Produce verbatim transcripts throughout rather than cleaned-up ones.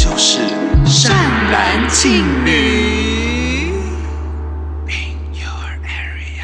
就是善男信女。In your area。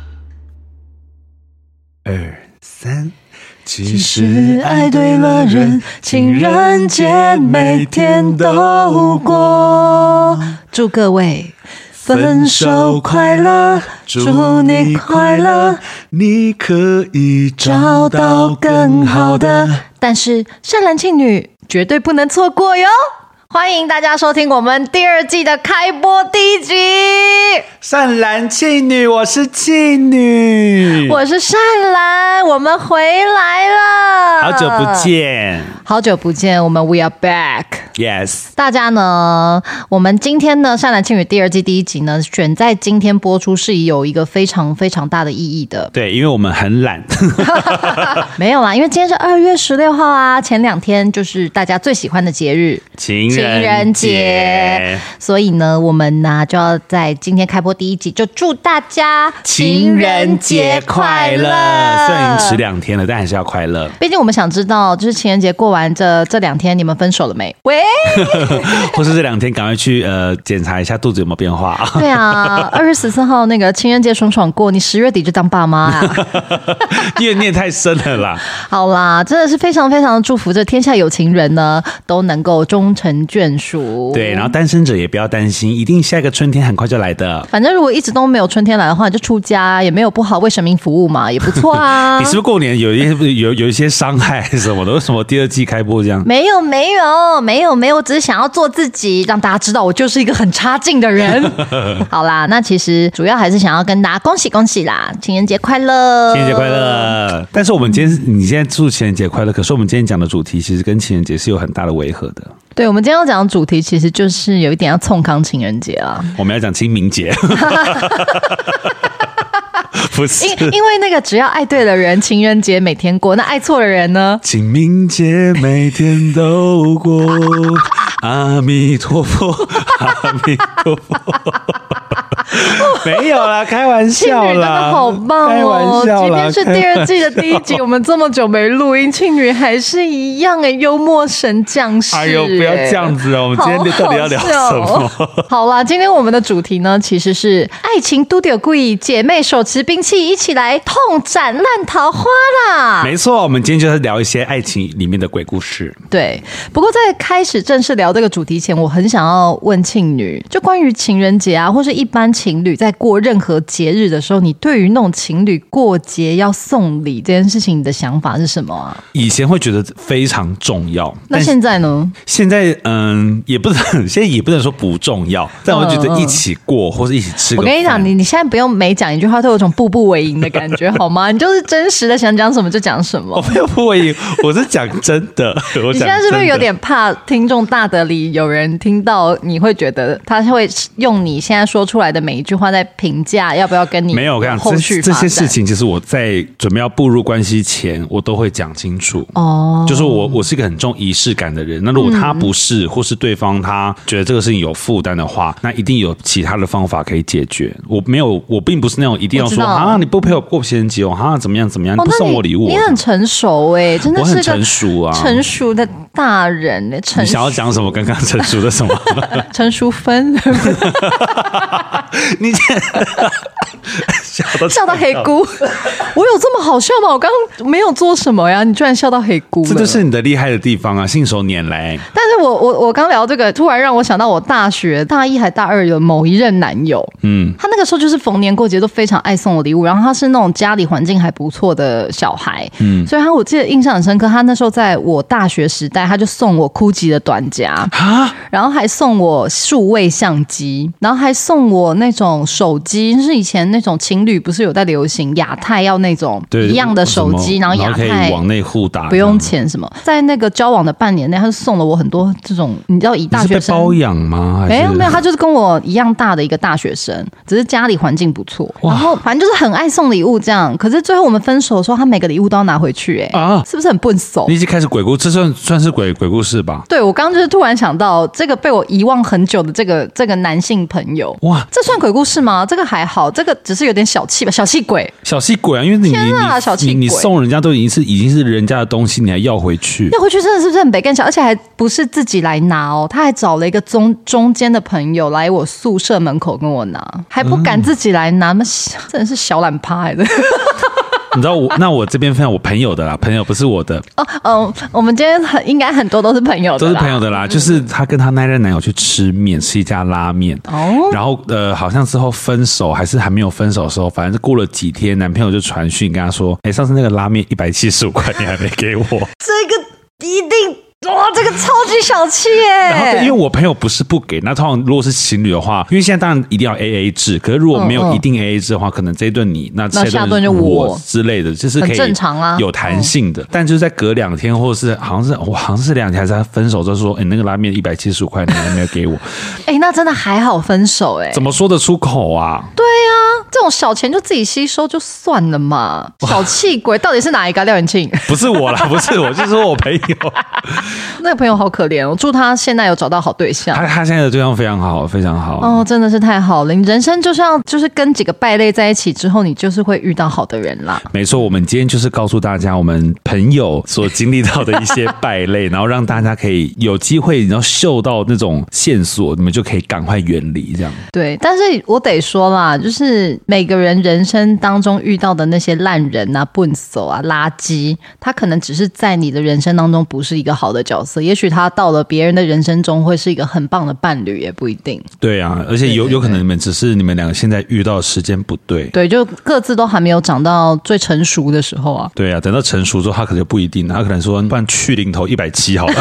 二三。其实爱对了人，情人节每天都过。 祝各位分手快乐，祝你快乐，你可以找到更好的。 但是善男信女绝对不能错过哟！欢迎大家收听我们第二季的开播第一集。 善男信女，我是庆女， 我是善兰，我们回来了， 好久不见， 好久不见，我们 We are back。Yes， 大家呢，我们今天呢，善男信女第二季第一集呢，选在今天播出是有一个非常非常大的意义的。 对，因为我们很懒。 没有啦，因为今天是二月十六号啊，前两天就是大家最喜欢的节日情人节， 情人节，所以呢，我们呢就要在今天开播第一集，就祝大家情人节快乐。虽然已经迟两天了，但还是要快乐。 毕竟我们想知道，就是情人节过完这这两天，你们分手了没？喂， 或是这两天赶快去呃检查一下肚子有没有变化。 对啊，二月十四号那个情人节爽爽过，你十月底就当爸妈啊。 怨念太深了啦。 好啦，真的是非常非常的祝福这天下有情人呢都能够终成眷属。 对，然后单身者也不要担心，一定下一个春天很快就来的。 反正如果一直都没有春天来的话，你就出家也没有不好，为神明服务嘛，也不错啊。 你是不是过年有一些有有一些伤害什么的？为什么第二季开播这样？ 没有没有没有没有，我只是想要做自己，让大家知道我就是一个很差劲的人。好啦，那其实主要还是想要跟大家恭喜恭喜啦，情人节快乐， 情人节快乐。但是我们今天你现在祝情人节快乐，可是我们今天讲的主题其实跟情人节是有很大的违和的。 对，我们今天要讲的主题其实就是有一点要冲康情人节啊。 我们要讲清明节。不是， 因因为那个只要爱对了人，情人节每天过；那爱错了人呢？ 清明节每天都过。阿弥陀佛，阿弥陀佛。没有啦，开玩笑啦。庆女真的好棒哦， 开玩笑啦。 即便是第二季的第一集，我们这么久没录音，庆女还是一样哎，幽默神降世。 哎呦，不要这样子哦！我们今天到底要聊什么？ 好啦，今天我们的主题呢，其实是爱情都得贵，姐妹手持兵器，一起来痛斩烂桃花啦！ 没错，我们今天就是聊一些爱情里面的鬼故事。 对，不过在开始正式聊这个主题前，我很想要问庆女，就关于情人节啊，或是一般情侣在过任何节日的时候，你对于那种情侣过节要送礼这件事情，你的想法是什么啊？ 以前会觉得非常重要， 那现在呢？ 现在嗯，也不能，现在也不能说不重要，但我觉得一起过、嗯、或是一起吃个饭。 我跟你讲，你你现在不用每讲一句话都有种步步为营的感觉，好吗？你就是真实的想讲什么就讲什么。 我没有步为营，我是讲真的。我你现在是不是有点怕听众大德里有人听到，你会觉得他会用你现在说出来的每一句话在评价要不要跟你没有？我跟你讲，这这些事情其实我在准备要步入关系前，我都会讲清楚。哦，就是我我是一个很重仪式感的人。那如果他不是，嗯、或是对方他觉得这个事情有负担的话，那一定有其他的方法可以解决。我没有，我并不是那种一定要说啊，你不陪我过情人节哦，啊怎么样怎么样，你不送我礼物、哦， 你很成熟哎、欸，真的是个我很成熟啊， 成熟的大人哎、欸， 你想要讲什么？刚刚成熟的什么？ 成熟分。 你笑到笑到黑姑，我有这么好笑吗？我刚刚没有做什么呀，你居然笑到黑姑了， 这就是你的厉害的地方啊，信手拈来。 但是我我我刚聊这个，突然让我想到我大学大一还大二有某一任男友，嗯，他那个时候就是逢年过节都非常爱送我礼物，然后他是那种家里环境还不错的小孩，嗯，所以他我记得印象很深刻，他那时候在我大学时代，他就送我 Gucci 的短夹，然后还送我数位相机，然后还送我那种手机，就是以前那种情侣不是有在流行亚太要那种一样的手机，然后亚太可以往内互打， 不用钱什么。在那个交往的半年内，他就送了我很多这种，你知道以大学生你是被包养吗？ 没有没有，他就是跟我一样大的一个大学生，只是家里环境不错，然后反正就是很爱送礼物这样。可是最后我们分手的时候，他每个礼物都要拿回去、欸，哎、啊，是不是很笨手？ 你已经开始鬼故事，这算算是鬼鬼故事吧？ 对，我刚刚就是突然想到这个被我遗忘很久的这个这个男性朋友，哇，这算鬼故事吗？这个还好，这个只是有点小小气吧，小气鬼， 小气鬼啊！因为你天啊，小气鬼， 你你送人家都已经是已经是人家的东西，你还要回去， 要回去真的是不是很北干小？而且还不是自己来拿哦，他还找了一个中中间的朋友来我宿舍门口跟我拿，还不敢自己来拿，那、嗯、真的是小懒趴来的。 你知道我那我这边分享我朋友的啦，朋友不是我的哦哦，我们今天很应该很多都是朋友的啦， 都是朋友的啦。嗯、就是她跟她那任男友去吃面，吃一家拉面哦，然后呃，好像之后分手还是还没有分手的时候，反正是过了几天，男朋友就传讯跟她说：“哎、欸，上次那个拉面一百七十五块，你还没给我。”这个一定。哇，这个超级小气耶！ 然后因为我朋友不是不给，那通常如果是情侣的话，因为现在当然一定要 A A 制，可是如果没有一定 A A 制的话，嗯嗯可能这一顿你，那下顿就我之类的，就是可以正常啊， 有弹性的。嗯、但就是在隔两天，或者是好像是我好像是两天，还是他分手之后说，哎、欸，那个拉面一百七十五块，你还没有给我。 哎、欸，那真的还好分手哎、欸， 怎么说得出口啊？ 对啊，这种小钱就自己吸收就算了嘛。小气鬼到底是哪一个？廖元庆？不是我啦，不是我，就是我朋友。 那个朋友好可怜哦，祝他现在有找到好对象。 他他现在的对象非常好，非常好哦，真的是太好了。你人生就像就是跟几个败类在一起之后，你就是会遇到好的人啦。 没错，我们今天就是告诉大家我们朋友所经历到的一些败类，然后让大家可以有机会，然后嗅到那种线索，你们就可以赶快远离这样。 对，但是我得说啦，就是每个人人生当中遇到的那些烂人啊、笨手啊、垃圾，他可能只是在你的人生当中不是一个好的角色，也许他到了别人的人生中会是一个很棒的伴侣，也不一定。 对啊，而且有有可能你们只是你们两个现在遇到的时间不对， 对，就各自都还没有长到最成熟的时候啊。 对啊，等到成熟之后，他可能不一定，他可能说，不然去零头一百七好了。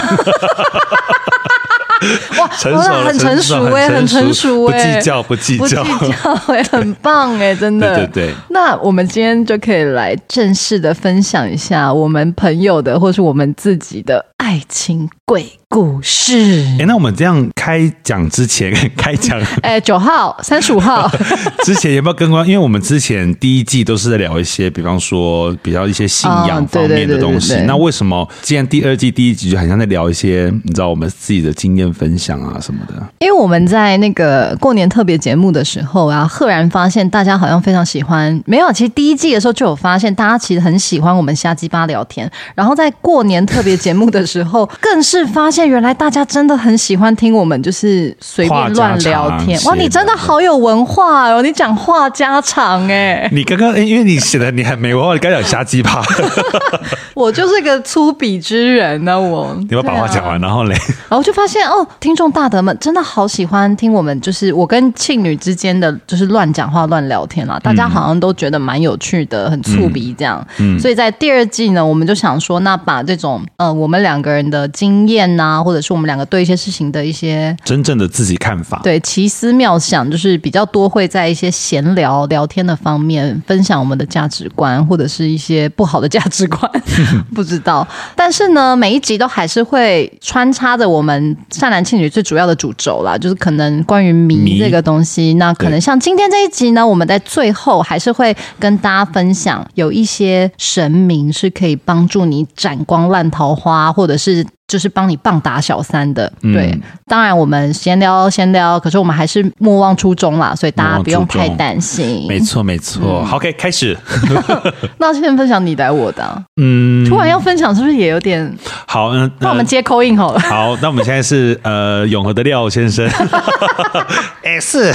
哇，成熟了，很成熟哎、欸，很成熟哎、 欸，不计较，不计较， 不计较哎、欸，很棒哎、欸，真的。 对对对。 那我们今天就可以来正式的分享一下我们朋友的，或是我们自己的爱情鬼故事。 哎，那我们这样开讲之前，开讲哎，九号、三十五号之前有没有跟关？因为我们之前第一季都是在聊一些，比方说比较一些信仰方面的东西。那为什么既然第二季第一集就很像在聊一些，你知道我们自己的经验分享啊什么的？ 因为我们在那个过年特别节目的时候啊，赫然发现大家好像非常喜欢。没有，其实第一季的时候就有发现，大家其实很喜欢我们瞎鸡巴聊天。然后在过年特别节目的时候，更是发现原来大家真的很喜欢听我们就是随便乱聊天。哇，你真的好有文化哦！你讲话家常哎、欸， 你刚刚因为你显得你很没文化，你刚讲瞎鸡巴。 我就是个粗鄙之人呢、啊，我。 你要把话讲完，啊、然后嘞， 然后就发现哦，听众大德们真的好喜欢听我们，就是我跟庆女之间的就是乱讲话、乱聊天啦，大家好像都觉得蛮有趣的，很粗鄙这样。嗯，所以在第二季呢，我们就想说，那把这种呃我们两个人的经验呐、啊，或者是我们两个对一些事情的一些真正的自己看法， 对奇思妙想，就是比较多会在一些闲聊聊天的方面分享我们的价值观，或者是一些不好的价值观，不知道。但是呢，每一集都还是会穿插着我们善男信女最主要的主轴啦，就是可能关于迷这个东西。那可能像今天这一集呢，我们在最后还是会跟大家分享，有一些神明是可以帮助你斩光烂桃花，或者是就是帮你棒打小三的。对、嗯、当然我们闲聊闲聊，可是我们还是莫忘初衷啦，所以大家不用太担心。 没错没错、嗯、好，可以开始。 那先分享你来我的、啊、嗯，突然要分享是不是也有点好？嗯， 那我们接 call in 好了。 好，那我们现在是呃永和的廖先生。哎、欸、是。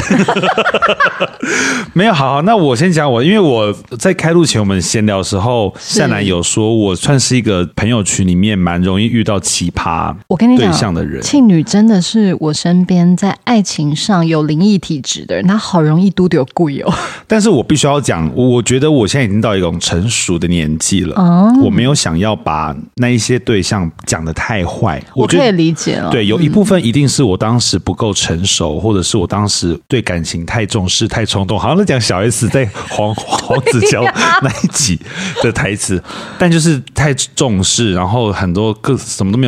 没有，好，那我先讲我，因为我在开录前我们闲聊的时候，善男有说我算是一个朋友群里面蛮容易遇到奇葩对象的人。 庆女真的是我身边在爱情上有灵异体质的人，她好容易嘟丢贵哦。 但是我必须要讲，我觉得我现在已经到一种成熟的年纪了、嗯、我没有想要把那一些对象讲得太坏。 我可以理解了， 对，有一部分一定是我当时不够成熟、嗯、或者是我当时对感情太重视太冲动，好像在讲小 S 在黄黄子佼那一集的台词。但就是太重视，然后很多个什么都没有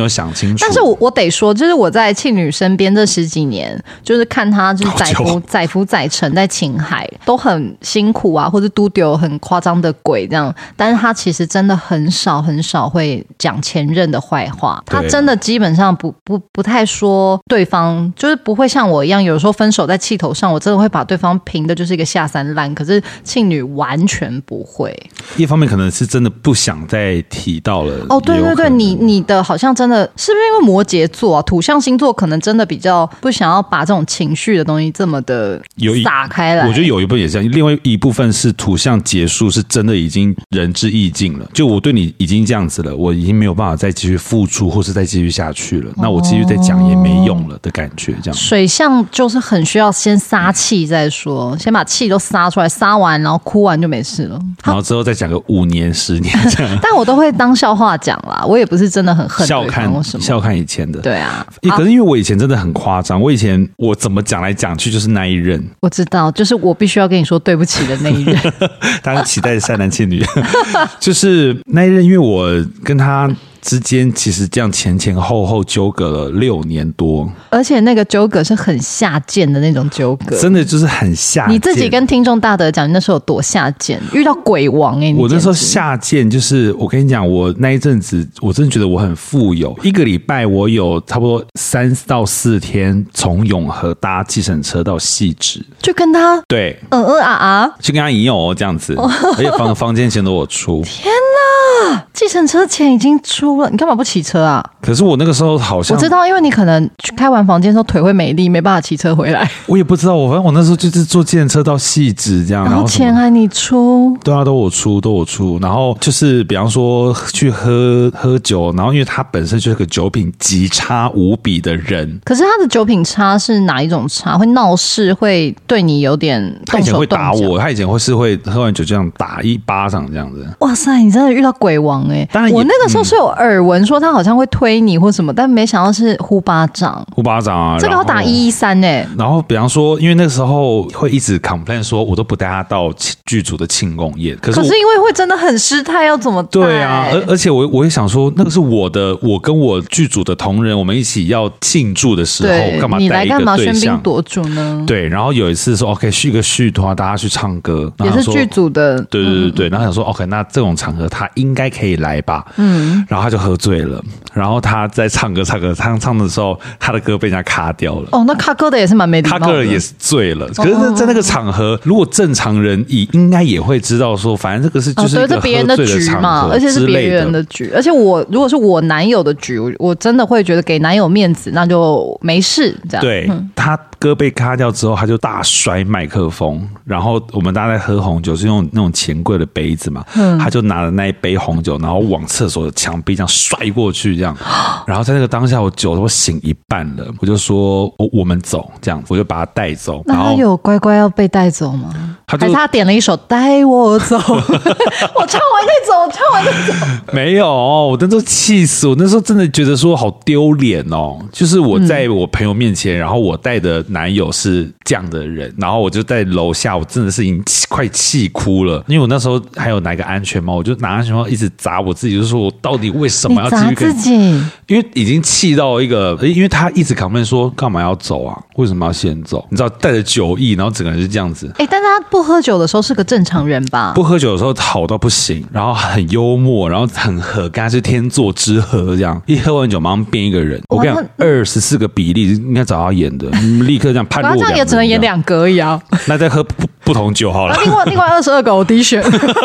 有想清楚。 但是我我得说，就是我在庆女身边这十几年，就是看她就是载浮载浮载沉在情海，都很辛苦啊，或者都丢很夸张的鬼这样。但是她其实真的很少很少会讲前任的坏话，她真的基本上不不不太说对方，就是不会像我一样，有时候分手在气头上，我真的会把对方评的就是一个下三滥。可是庆女完全不会。 一方面可能是真的不想再提到了。 哦，对对对，你你的好像真的是不是因为摩羯座啊？土象星座可能真的比较不想要把这种情绪的东西这么的撒开来。 我觉得有一部分也是这样，另外一部分是土象结束，是真的已经仁至义尽了。就我对你已经这样子了，我已经没有办法再继续付出，或是再继续下去了。那我继续再讲也没用了的感觉，这样。 水象就是很需要先撒气再说，先把气都撒出来，撒完然后哭完就没事了， 然后之后再讲个五年十年这样。 但我都会当笑话讲啦，我也不是真的很恨笑看什么笑看以前的。 对啊， 可是因为我以前真的很夸张，我以前我怎么讲来讲去就是那一任。 我知道，就是我必须要跟你说对不起的那一任。 他是期待善男信女。就是那一任，因为我跟他之间其实这样前前后后纠葛了六年多， 而且那个纠葛是很下贱的那种纠葛， 真的就是很下贱。 你自己跟听众大德讲，你那时候有多下贱，遇到鬼王哎、欸！ 我那时候下贱，就是我跟你讲，我那一阵子我真的觉得我很富有，一个礼拜我有差不多三到四天从永和搭计程车到汐止， 就跟他对嗯嗯啊啊， 就跟他一样哦这样子，而且房房间钱都我出。 天哪，计程车钱已经出了，你干嘛不骑车啊？ 可是我那个时候好像我知道，因为你可能开完房间之后腿会没力，没办法骑车回来。 我也不知道，我反正我那时候就是坐计程车到汐止这样， 然后钱还你出， 对啊，都我出，都我出。然后就是比方说去喝喝酒，然后因为他本身就是个酒品极差无比的人。 可是他的酒品差是哪一种差？会闹事，会对你有点动手动脚。 他以前会打我，他以前会是会喝完酒这样打一巴掌这样子。 哇塞，你真的遇到鬼王哎、欸！ 当然， 我那个时候是有耳闻说他好像会推你或什么，但没想到是呼巴掌。 呼巴掌啊， 这个要打一一三哎。 然后比方说，因为那个时候会一直 complain 说，我都不带他到剧组的庆功宴。可是可是因为会真的很失态，要怎么带？ 对啊，而而且我我也想说，那个是我的，我跟我剧组的同仁，我们一起要庆祝的时候，干嘛带一个对象？你来干嘛喧宾夺主呢？ 对，然后有一次说 OK 续个续团，大家去唱歌， 也是剧组的， 对对对对，然后想说 OK， 那这种场合他应该可以来吧，嗯，然后他就喝醉了，然后他在唱歌唱歌唱唱的时候，他的歌被人家卡掉了。 哦，那卡歌的也是蛮没礼貌的， 卡歌的也是醉了。可是在那个场合，如果正常人也应该也会知道说，反正这个是就是一个喝醉的场合， 而且是别人的局。而且我如果是我男友的局，我真的会觉得给男友面子，那就没事这样。 对、嗯、他歌被卡掉之后，他就大摔麦克风，然后我们大家在喝红酒是用那种钱柜的杯子嘛，嗯、他就拿了那一杯红酒，然后往厕所的墙壁这样摔过去，这样。然后在那个当下，我酒都醒一半了，我就说我我们走这样，我就把他带走。 那他有乖乖要被带走吗？还是他点了一首带我走？我唱完再走，我唱完再走。 没有，我那时候气死我，那时候真的觉得说好丢脸哦。就是我在我朋友面前，嗯、然后我带的男友是这样的人，然后我就在楼下，我真的是已经快气哭了，因为我那时候还有拿一个安全帽，我就拿安全帽一直砸我自己，就是说我到底为什么要继续跟你砸自己？ 因为已经气到一个，因为他一直 complain 说干嘛要走啊？为什么要先走？你知道带着酒意，然后整个人是这样子。 哎、欸，但他不喝酒的时候是个正常人吧？ 不喝酒的时候好到不行，然后很幽默，然后很和，跟他是天作之合这样。一喝完酒马上变一个人。我跟你讲，二十四个比例应该找他演的，立刻这样判若两人。 他这样也只能演两个而已啊。 那再喝不不同酒好了。 另外另外二十二个 audition。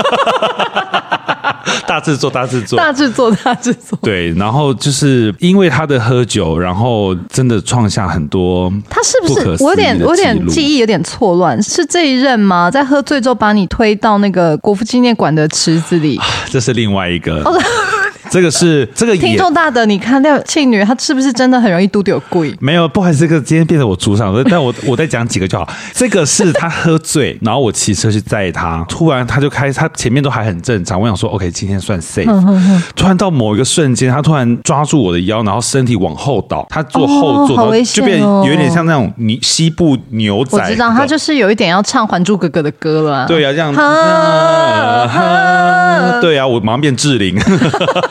大制作，大制作， 大制作，大制作。 对，然后就是因为他的喝酒，然后真的创下很多。 他是不是？我有点，我有点记忆有点错乱，是这一任吗？在喝醉之后把你推到那个国父纪念馆的池子里？ 这是另外一个。哦这个是这个听众大的，你看廖庆女，她是不是真的很容易嘟丢贵？ 没有，不好意思，这个今天变成我主场，但我我再讲几个就好。这个是他喝醉，然后我骑车去载他，突然他就开，他前面都还很正常，我想说 OK， 今天算 safe。嗯哼哼突然到某一个瞬间，他突然抓住我的腰，然后身体往后倒，他坐后座， 哦、 就变有一点像那种你西部牛仔。 我知道他就是有一点要唱《还珠格格》的歌了、啊。 对啊，这样。啊啊、对啊，我马上变志玲。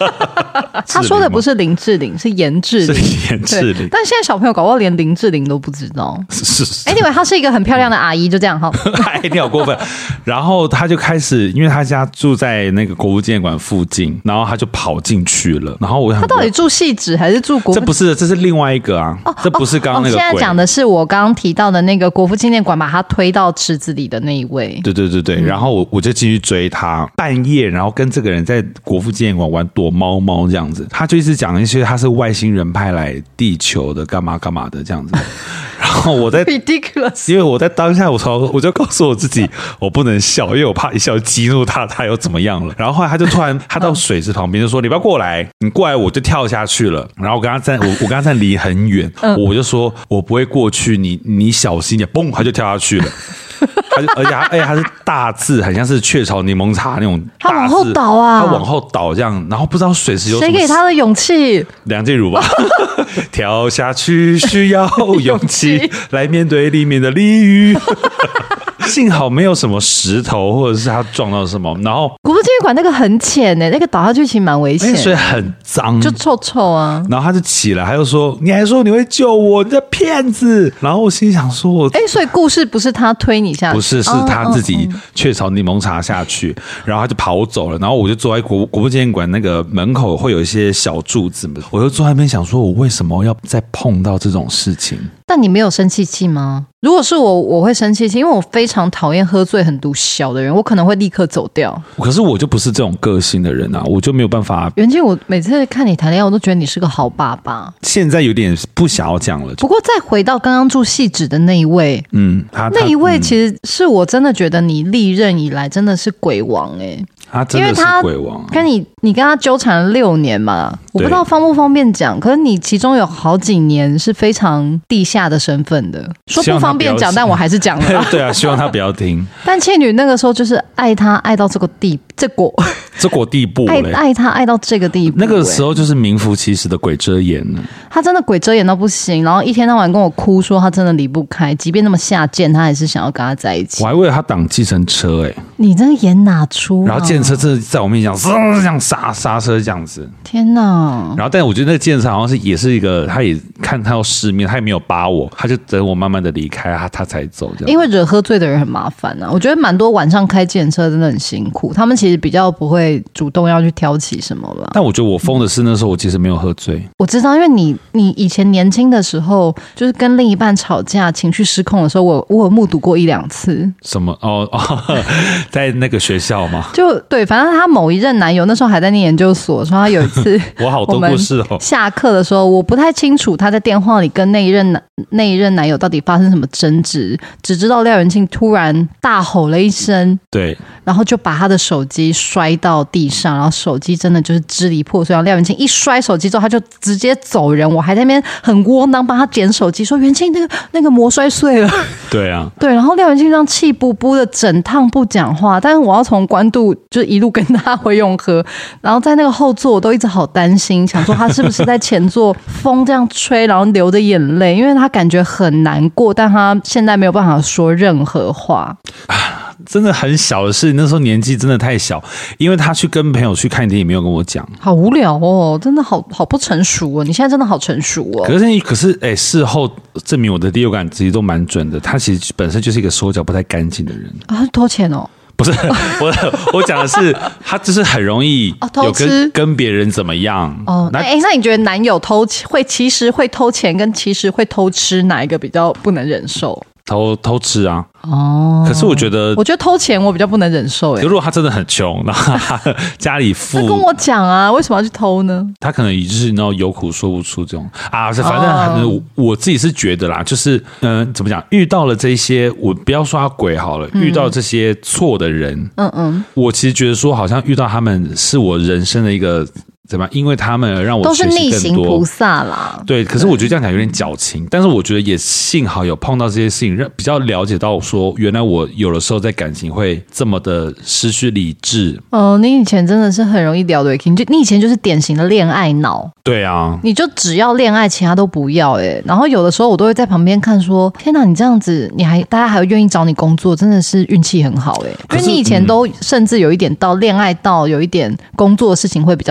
他说的不是林志玲，是严志玲， 是严志玲。 但现在小朋友搞不好连林志玲都不知道。 是是。 Anyway， 她是一个很漂亮的阿姨，就这样哈。 哎，你好过分。然后他就开始，因为他家住在那个国父纪念馆附近，然后他就跑进去了。然后我想， 他到底住汐止还是住国父？ 这不是，这是另外一个啊。哦、这不是刚刚那个鬼、哦哦。 现在讲的是我刚刚提到的那个国父纪念馆把他推到池子里的那一位。 对对对对。嗯、然后我我就进去追他，半夜，然后跟这个人在国父纪念馆玩躲猫猫这样子。他就一直讲一些他是外星人派来地球的，干嘛干嘛的这样子。然后我在 ridiculous， 因为我在当下我超我就告诉我自己我不能笑，因为我怕一笑激怒他，他又怎么样了。然后后来他就突然他到水池旁边就说：“你不要过来，你过来我就跳下去了。”然后我跟他站我我跟他站离很远，我就说我不会过去，你你小心点，嘣，他就跳下去了。他就而且他而且他是大字，很像是雀巢柠檬茶那种大字， 他往后倒啊， 他往后倒这样，然后不知道水池有什么， 谁给他的勇气？ 梁静茹吧。跳下去需要勇气来面对里面的鲤鱼。幸好没有什么石头或者是他撞到什么，然后国父纪念馆那个很浅诶、欸，那个倒下去其实蛮危险， 水很脏， 就臭臭啊。 然后他就起来，他就说：“你还说你会救我，你这骗子！”然后我心想说我：“ 哎、欸，所以故事不是他推你下去， 不是，是他自己雀巢柠檬茶下去，哦、然后他就跑走了。然后我就坐在国国父纪念馆那个门口，会有一些小柱子，我就坐在那边想说，我为什么要再碰到这种事情？” 但你没有生气气吗？如果是我，我会生气气，因为我非常讨厌喝醉很毒小的人，我可能会立刻走掉。 可是我就不是这种个性的人啊，我就没有办法。 袁静，我每次看你谈恋爱，我都觉得你是个好爸爸。 现在有点不想要讲了。 不过再回到刚刚住汐止的那一位，嗯，他那一位其实是我真的觉得你历任以来真的是鬼王哎、欸。 他真的是鬼王， 跟你你跟他纠缠了六年嘛，我不知道方不方便讲，可是你其中有好几年是非常地下的身份的，说不方便讲，但我还是讲了。 对啊，希望他不要听。 但倩女那个时候就是爱他爱到这个地这国这国地步爱爱他爱到这个地步， 那个时候就是名副其实的鬼遮眼呢。 他真的鬼遮眼到不行，然后一天到晚跟我哭说他真的离不开，即便那么下贱，他还是想要跟他在一起。 我还为了他挡计程车哎、欸， 你真的演哪出、啊？ 然后计程车真的在我面前这样刹刹车这样子， 天哪！ 然后但我觉得那个计程车好像是也是一个，他也看他要世面，他也没有扒我，他就等我慢慢的离开，他他才走这样。 因为惹喝醉的人很麻烦啊，我觉得蛮多晚上开计程车真的很辛苦，他们其实比较不会主动要去挑起什么吧。 但我觉得我疯的是那时候我其实没有喝醉， 我知道，因为你你以前年轻的时候，就是跟另一半吵架情绪失控的时候，我我有目睹过一两次。 什么哦哦，在那个学校吗？ 就对，反正他某一任男友那时候还在念研究所，说他有一次我好多故事哦。 下课的时候，我不太清楚他在电话里跟那一任男那一任男友到底发生什么争执，只知道廖元庆突然大吼了一声， 对， 然后就把他的手机摔到地上，然后手机真的就是支离破碎。然后廖元庆一摔手机之后，他就直接走人。我还在那边很窝囊帮他捡手机，说元庆那个那个膜摔碎了。 对啊， 对。然后廖元庆这样气不不的整趟不讲话，但是我要从关渡就一路跟他回永和，然后在那个后座我都一直好担心，想说他是不是在前座风这样吹，然后流着眼泪，因为他感觉很难过，但他现在没有办法说任何话。 真的很小的事，那时候年纪真的太小，因为他去跟朋友去看电影，没有跟我讲， 好无聊哦，真的好好不成熟哦。你现在真的好成熟哦。 可是可是哎，事后证明我的第六感其实都蛮准的。他其实本身就是一个手脚不太干净的人啊，偷钱哦。 不是我，我讲的是他就是很容易有跟、哦、跟别人怎么样哦。哎，那你觉得男友偷会其实会偷钱跟其实会偷吃哪一个比较不能忍受？ 偷偷吃啊。 哦， 可是我觉得， 我觉得偷钱我比较不能忍受哎。 如果他真的很穷，然后他家里富， 那跟我讲啊，为什么要去偷呢？ 他可能也就是你知道有苦说不出这种啊，反正、哦、我自己是觉得啦，就是嗯、呃，怎么讲，遇到了这些，我不要说他鬼好了，嗯、遇到这些错的人，嗯嗯，我其实觉得说，好像遇到他们是我人生的一个。怎么样？因为他们而让我学习更多， 都是逆行菩萨啦。 对，可是我觉得这样讲有点矫情，但是我觉得也幸好有碰到这些事情，让比较了解到说，原来我有的时候在感情会这么的失去理智。 哦，你以前真的是很容易聊对 K， 你以前就是典型的恋爱脑。 对啊， 你就只要恋爱，其他都不要哎、欸。然后有的时候我都会在旁边看说，天哪，你这样子，你还大家还会愿意找你工作，真的是运气很好哎、欸。因为你以前都甚至有一点到恋爱到有一点工作的事情会比较轻忽。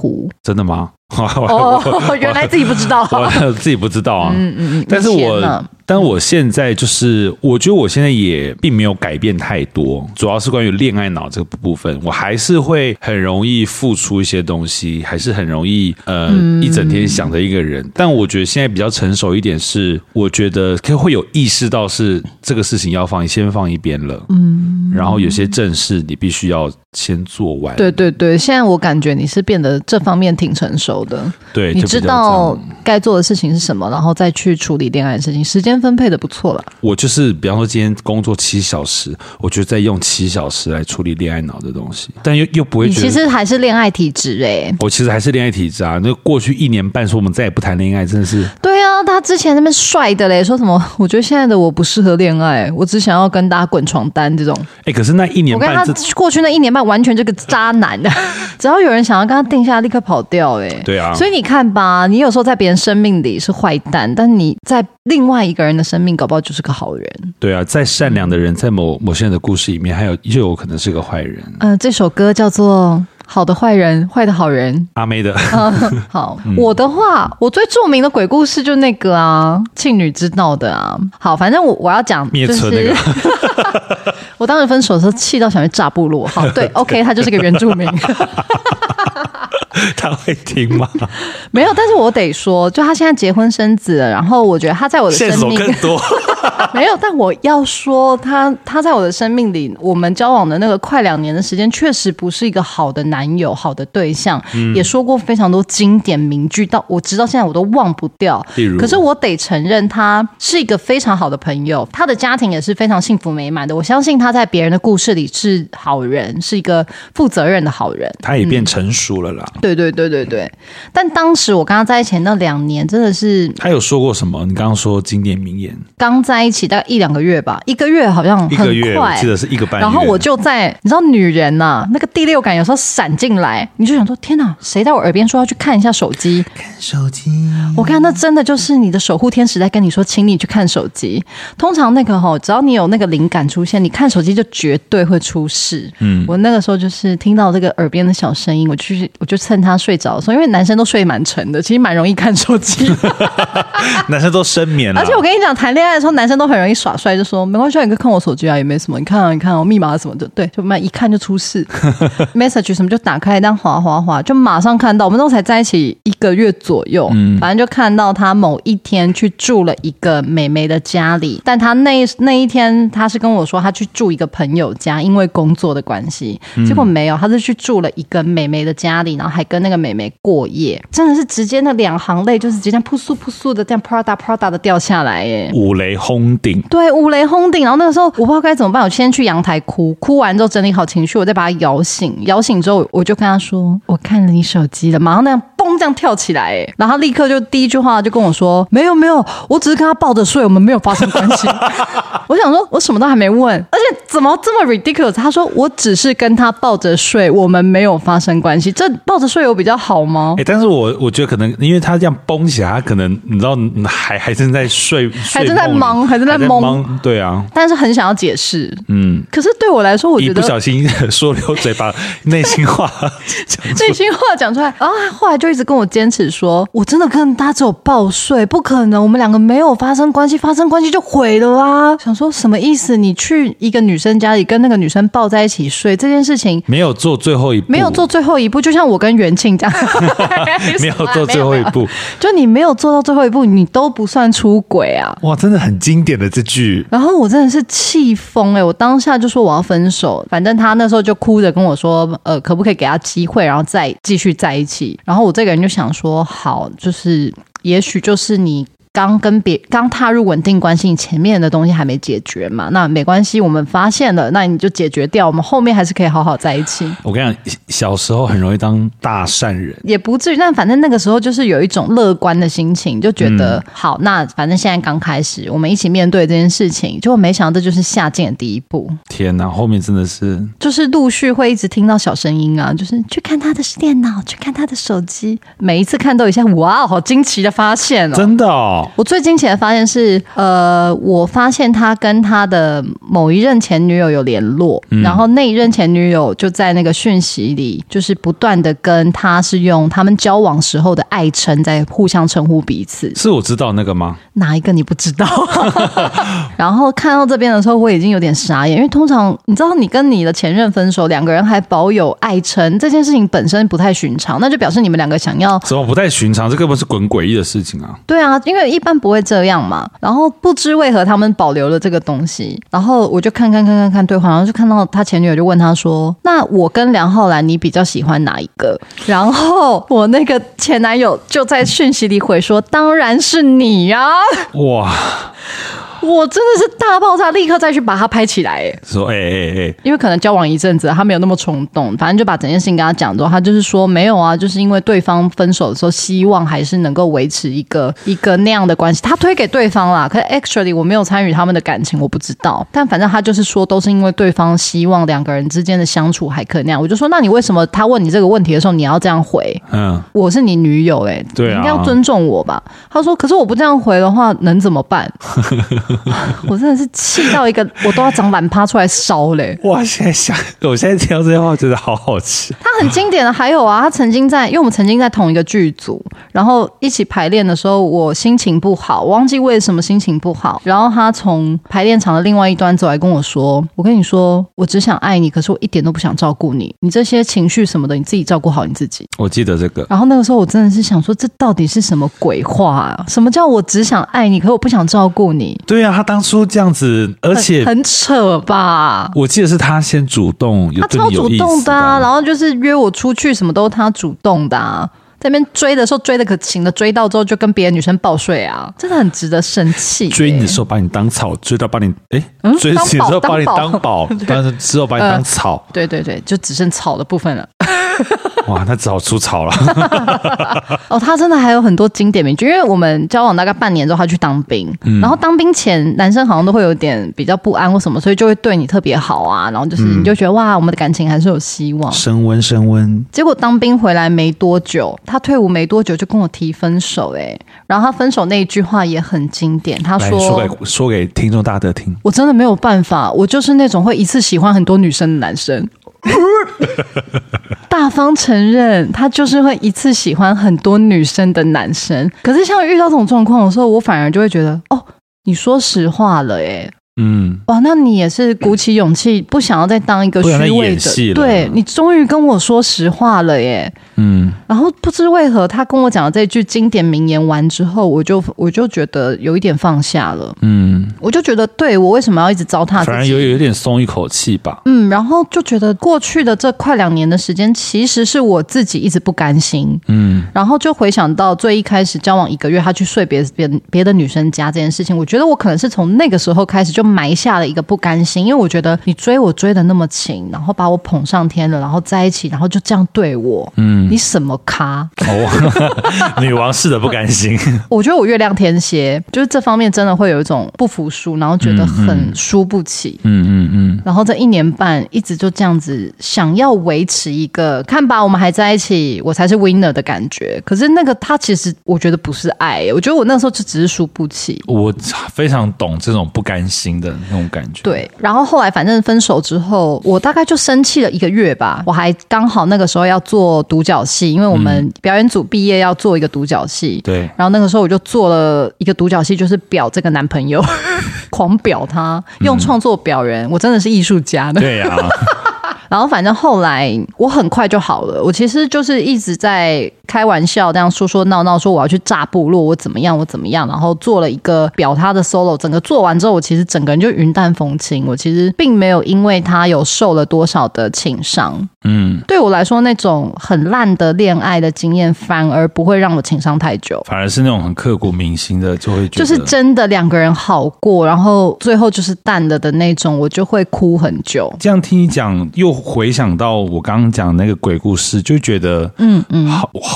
湖。 真的吗？ 哦，原来自己不知道， 我自己不知道啊。嗯嗯嗯。但是我，但我现在就是，我觉得我现在也并没有改变太多，主要是关于恋爱脑这个部分，我还是会很容易付出一些东西，还是很容易呃、嗯、一整天想着一个人。但我觉得现在比较成熟一点是，我觉得会有意识到是这个事情要放先放一边了，嗯，然后有些正事你必须要先做完。 对对对，现在我感觉你是变得这方面挺成熟的， 对， 你知道该做的事情是什么，然后再去处理恋爱的事情，时间分配的不错了。 我就是比方说今天工作七小时，我就在用七小时来处理恋爱脑的东西，但又又不会觉得你其实还是恋爱体质哎、欸， 我其实还是恋爱体质啊。那过去一年半说我们再也不谈恋爱，真的是对啊，他之前那边帅的嘞，说什么我觉得现在的我不适合恋爱，我只想要跟大家滚床单这种。 哎、欸，可是那一年半， 我跟他过去那一年半完全这个渣男，只要有人想要跟他定下，立刻跑掉哎、欸。 对啊， 所以你看吧，你有时候在别人生命里是坏蛋，但你在另外一个人的生命搞不好就是个好人。 对啊，再善良的人在某某些人的故事里面还有就有可能是个坏人。 嗯、呃，这首歌叫做好的坏人，坏的好人， 阿妹的、 嗯、好、嗯、我的话我最著名的鬼故事就那个啊，庆女知道的啊。好，反正我我要讲灭村那个我当时分手的时候气到想去炸部落。好，对OK 他就是个原住民他会听吗？ 没有，但是我得说，就他现在结婚生子了，然后我觉得他在我的生命线索更多没有，但我要说他他在我的生命里，我们交往的那个快两年的时间，确实不是一个好的男友，好的对象、嗯、也说过非常多经典名句，到我直到现在我都忘不掉。 例如， 可是我得承认他是一个非常好的朋友，他的家庭也是非常幸福美满的，我相信他在别人的故事里是好人，是一个负责任的好人， 他也变成熟了啦、嗯、 对对对对对。但当时我跟他在一起那两年真的是， 他有说过什么？你刚刚说经典名言， 刚在一起大概一两个月吧，一个月好像很快， 一个月我记得是一个半月， 然后我就在你知道女人啊那个第六感有时候闪进来，你就想说天哪，谁在我耳边说要去看一下手机， 看手机， 我看那真的就是你的守护天使在跟你说请你去看手机。通常那个齁，只要你有那个灵感出现，你看手机就绝对会出事。嗯，我那个时候就是听到这个耳边的小声音，我就我就趁他睡着的时候，因为男生都睡蛮沉的，其实蛮容易看手机男生都深眠了。 而且我跟你讲，谈恋爱的时候男生都很容易耍帅，就说没关系，你可以看我手机啊，也没什么，你看啊你看哦，密码什么的，对，就慢一看就出事message 什么就打开当滑滑滑，就马上看到。我们那时候才在一起一个月左右、嗯、反正就看到他某一天去住了一个妹妹的家里，但他那那一天他是跟我说他去住一个朋友家，因为工作的关系、嗯、结果没有，他是去住了一个妹妹的家里，然后还跟那个妹妹过夜，真的是直接那两行泪就是直接扑簌扑簌的这样 Prada Prada 的掉下来耶， 五雷轰顶。 对，五雷轰顶。然后那个时候我不知道该怎么办，我先去阳台哭，哭完之后整理好情绪，我再把他摇醒，摇醒之后我就跟他说我看了你手机了，马上那样蹦这样跳起来耶，然后立刻就第一句话就跟我说没有没有，我只是跟他抱着睡，我们没有发生关系我想说我什么都还没问，而且怎么这么 ridiculous， 他说我只是跟他抱着睡，我们没有发生关系，这抱着睡有比较好吗？ 欸、但是我我觉得可能因为他这样蹦起来，他可能你知道还还正在睡， 还正在忙，还正在懵， 对啊， 但是很想要解释，嗯，可是对我来说，我觉得一不小心说溜嘴把内心话内心话讲出来，然后他后来就一直跟我坚持说，我真的跟他只有抱睡，不可能，我们两个没有发生关系，发生关系就毁了啊！想说什么意思？你去一个女生家里跟那个女生抱在一起睡这件事情， 没有做最后一步， 没有做最后一步，就像我跟元庆这样， 没有做最后一步， 就你没有做到最后一步，你都不算出轨啊！ 哇，真的很经典的这句。 然后我真的是气疯哎！我当下就说我要分手，反正他那时候就哭着跟我说，呃，可不可以给他机会，然后再继续在一起？然后我这个人就想说，好，就是也许就是你。刚跟别刚踏入稳定关系，你前面的东西还没解决嘛，那没关系，我们发现了，那你就解决掉，我们后面还是可以好好在一起。 我跟你讲，小时候很容易当大善人， 也不至于，但反正那个时候就是有一种乐观的心情，就觉得、嗯、好，那反正现在刚开始，我们一起面对这件事情，结果没想到这就是下贱的第一步。 天哪，后面真的是就是陆续会一直听到小声音啊，就是去看他的电脑，去看他的手机，每一次看都有一下，哇，好惊奇的发现哦， 真的哦。 好， 我最惊奇的发现是，呃，我发现他跟他的某一任前女友有联络，嗯、然后那一任前女友就在那个讯息里，就是不断的跟他是用他们交往时候的爱称在互相称呼彼此。 是我知道那个吗？ 哪一个你不知道？然后看到这边的时候，我已经有点傻眼，因为通常你知道，你跟你的前任分手，两个人还保有爱称，这件事情本身不太寻常，那就表示你们两个想要什么不太寻常？这根本是滚诡异的事情啊！ 对啊，因为一般不会这样嘛。然后不知为何他们保留了这个东西，然后我就看看看看看对话，然后就看到他前女友就问他说：“那我跟梁浩然，你比较喜欢哪一个？”然后我那个前男友就在讯息里回说：“当然是你呀！”哇！我真的是大爆炸，立刻再去把他拍起来，哎， 说哎哎哎， 因为可能交往一阵子，他没有那么冲动，反正就把整件事情跟他讲之后，他就是说没有啊，就是因为对方分手的时候，希望还是能够维持一个一个那样的关系，他推给对方啦。可是 actually 我没有参与他们的感情，我不知道，但反正他就是说，都是因为对方希望两个人之间的相处还可以那样。我就说，那你为什么他问你这个问题的时候，你要这样回？嗯，我是你女友、欸，哎，对啊，你应该要尊重我吧？他说，可是我不这样回的话，能怎么办？我真的是气到一个，我都要长懒趴出来烧嘞！ 哇，现在想，我现在听到这些话，觉得好好吃。 他很经典的，还有啊，他曾经在，因为我们曾经在同一个剧组，然后一起排练的时候，我心情不好，我忘记为什么心情不好，然后他从排练场的另外一端走来跟我说：“我跟你说，我只想爱你，可是我一点都不想照顾你，你这些情绪什么的，你自己照顾好你自己。” 我记得这个。 然后那个时候我真的是想说，这到底是什么鬼话啊？什么叫我只想爱你，可是我不想照顾你？ 对啊，他当初这样子，而且很, 很扯吧？ 我记得是他先主动，有对你有意思的，他超主动的啊，然后就是约我出去，什么都是他主动的啊。在那边追的时候追的可勤的，追到之后就跟别的女生报睡啊，真的很值得生气、欸。 追你的时候把你当草，追到把你哎、嗯，追你的时候把你当宝，但是之后把你当草、呃。对对对，就只剩草的部分了。 哇，那只好出草了。 哦，他真的还有很多经典名句，因为我们交往大概半年之后，他去当兵、嗯，然后当兵前男生好像都会有点比较不安或什么，所以就会对你特别好啊，然后就是你就觉得、嗯、哇，我们的感情还是有希望， 升温升温。 结果当兵回来没多久，他退伍没多久就跟我提分手、欸，哎，然后他分手那一句话也很经典，他说：“ 说给说给听众大德听， 我真的没有办法，我就是那种会一次喜欢很多女生的男生。”大方承认他就是会一次喜欢很多女生的男生，可是像遇到这种状况的时候，我反而就会觉得哦，你说实话了耶。嗯，哇，那你也是鼓起勇气，不想要再当一个虚伪的，对，你终于跟我说实话了耶。嗯，然后不知为何，他跟我讲的这句经典名言完之后，我就我就觉得有一点放下了。嗯，我就觉得，对，我为什么要一直糟蹋自己？ 反而有有点松一口气吧。 嗯，然后就觉得过去的这快两年的时间，其实是我自己一直不甘心。嗯，然后就回想到最一开始交往一个月，他去睡别别别的女生家这件事情，我觉得我可能是从那个时候开始就埋下了一个不甘心，因为我觉得你追我追的那么勤，然后把我捧上天了，然后在一起，然后就这样对我，嗯，你什么咖？ 哦，女王式的不甘心。 我觉得我月亮天蝎，就是这方面真的会有一种不服输，然后觉得很输不起。嗯嗯嗯。然后这一年半一直就这样子，想要维持一个看吧，我们还在一起，我才是 winner 的感觉。可是那个他其实我觉得不是爱，我觉得我那时候就只是输不起。 我非常懂这种不甘心的那种感觉。 对，然后后来反正分手之后，我大概就生气了一个月吧。我还刚好那个时候要做独角戏，因为我们表演组毕业要做一个独角戏。 对， 然后那个时候我就做了一个独角戏，就是表这个男朋友，狂表他，用创作表人，我真的是艺术家的。 对呀、啊。 然后反正后来我很快就好了，我其实就是一直在开玩笑这样说说闹闹，说我要去炸部落，我怎么样我怎么样，然后做了一个表他的 solo， 整个做完之后，我其实整个人就云淡风轻，我其实并没有因为他有受了多少的情伤。嗯，对我来说那种很烂的恋爱的经验反而不会让我情伤太久， 反而是那种很刻骨铭心的，就会觉得就是真的两个人好过，然后最后就是淡了的那种，我就会哭很久。 这样听你讲又回想到我刚刚讲的那个鬼故事，就觉得嗯嗯，后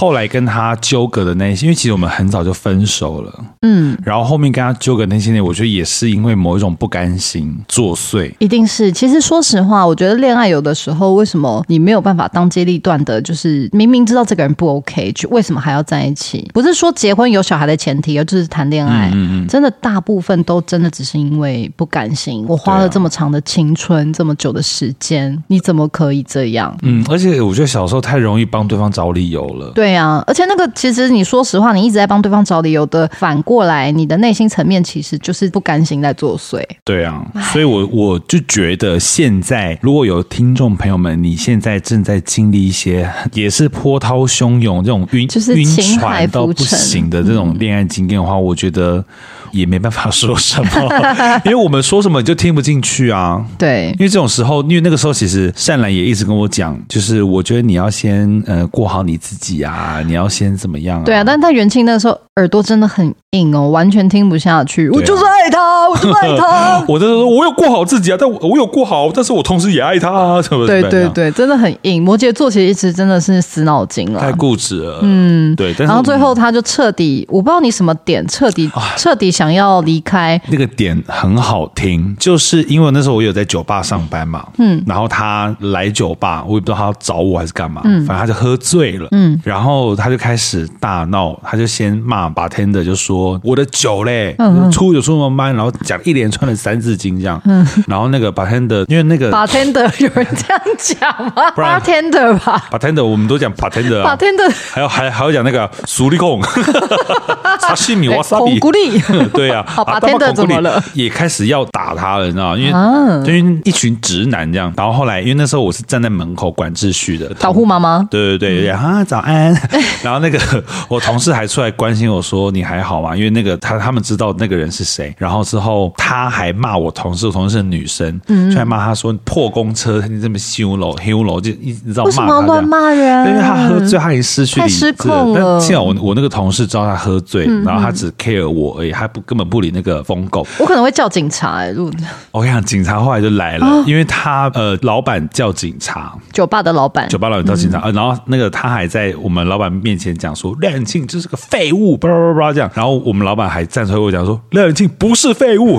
后来跟他纠葛的那些，因为其实我们很早就分手了，嗯，然后后面跟他纠葛那些年，我觉得也是因为某一种不甘心作祟， 一定是。其实说实话，我觉得恋爱有的时候，为什么你没有办法当机立断的，就是明明知道这个人不 OK， 为什么还要在一起？不是说结婚有小孩的前提，而就是谈恋爱，嗯嗯嗯，真的大部分都真的只是因为不甘心。我花了这么长的青春，这么久的时间，你怎么可以这样？ 嗯，而且我觉得小时候太容易帮对方找理由了。 对啊，而且那个其实你说实话，你一直在帮对方找理由的，反过来你的内心层面其实就是不甘心在作祟。 对啊，所以我我就觉得现在如果有听众朋友们，你现在正在经历一些也是波涛汹涌这种晕就是晕船到不行的这种恋爱经验的话，嗯，我觉得也没办法说什么，因为我们说什么你就听不进去啊。 对， 因为这种时候，因为那个时候其实善兰也一直跟我讲，就是我觉得你要先呃过好你自己啊，你要先怎么样啊。 对啊，但是他元庆那个时候耳朵真的很硬哦，完全听不下去。啊，我就是爱他，我就是爱他。 我就是说我有过好自己啊，但我我有过好，但是我同时也爱他啊，是不是？ 对对对，真的很硬。摩羯座其实一直真的是死脑筋了， 太固执了。嗯，对。但是然后最后他就彻底，我不知道你什么点，彻底彻底想要离开。 那个点很好听，就是因为那时候我有在酒吧上班嘛，嗯，然后他来酒吧，我也不知道他要找我还是干嘛，嗯，反正他就喝醉了，嗯，然后他就开始大闹，他就先骂 bartender， 就说我的酒嘞，嗯，出有出那么慢，然后讲一连串的三字经这样，嗯，然后那个 bartender， 因为那个 bartender 有人这样讲吗？ bartender 吧 bartender 我们都讲 bartender 啊 bartender 还有还还要讲那个苏力控沙西米瓦萨比孔古力对啊， 好 bartender 怎么了？ 也开始要打他了，你知道吗？因为、啊、因为一群直男这样，然后后来因为那时候我是站在门口管秩序的， 保护妈妈， 对对对，啊早安，然后那个我同事还出来关心我说你还好吗？因为那个他他们知道那个人是谁，然后之后他还骂我同事，我同事是女生，嗯，就还骂他说破公车你这么羞楼羞楼，就一直骂他， 为什么要乱骂人？ 因为他喝醉，他已经失去理智， 太失控了。 但幸好我我那个同事知道他喝醉，嗯、然后他只 care 我而已，他不根本不理那个疯狗。 我可能会叫警察、欸，如果我跟你讲，警察后来就来了，哦、因为他呃老板叫警察， 酒吧的老板， 酒吧老板叫警察，嗯呃、然后那个他还在我们老板面前讲说廖永庆就是个废物，叭叭叭这样，然后我们老板还站出来跟我讲说廖永庆不是废物。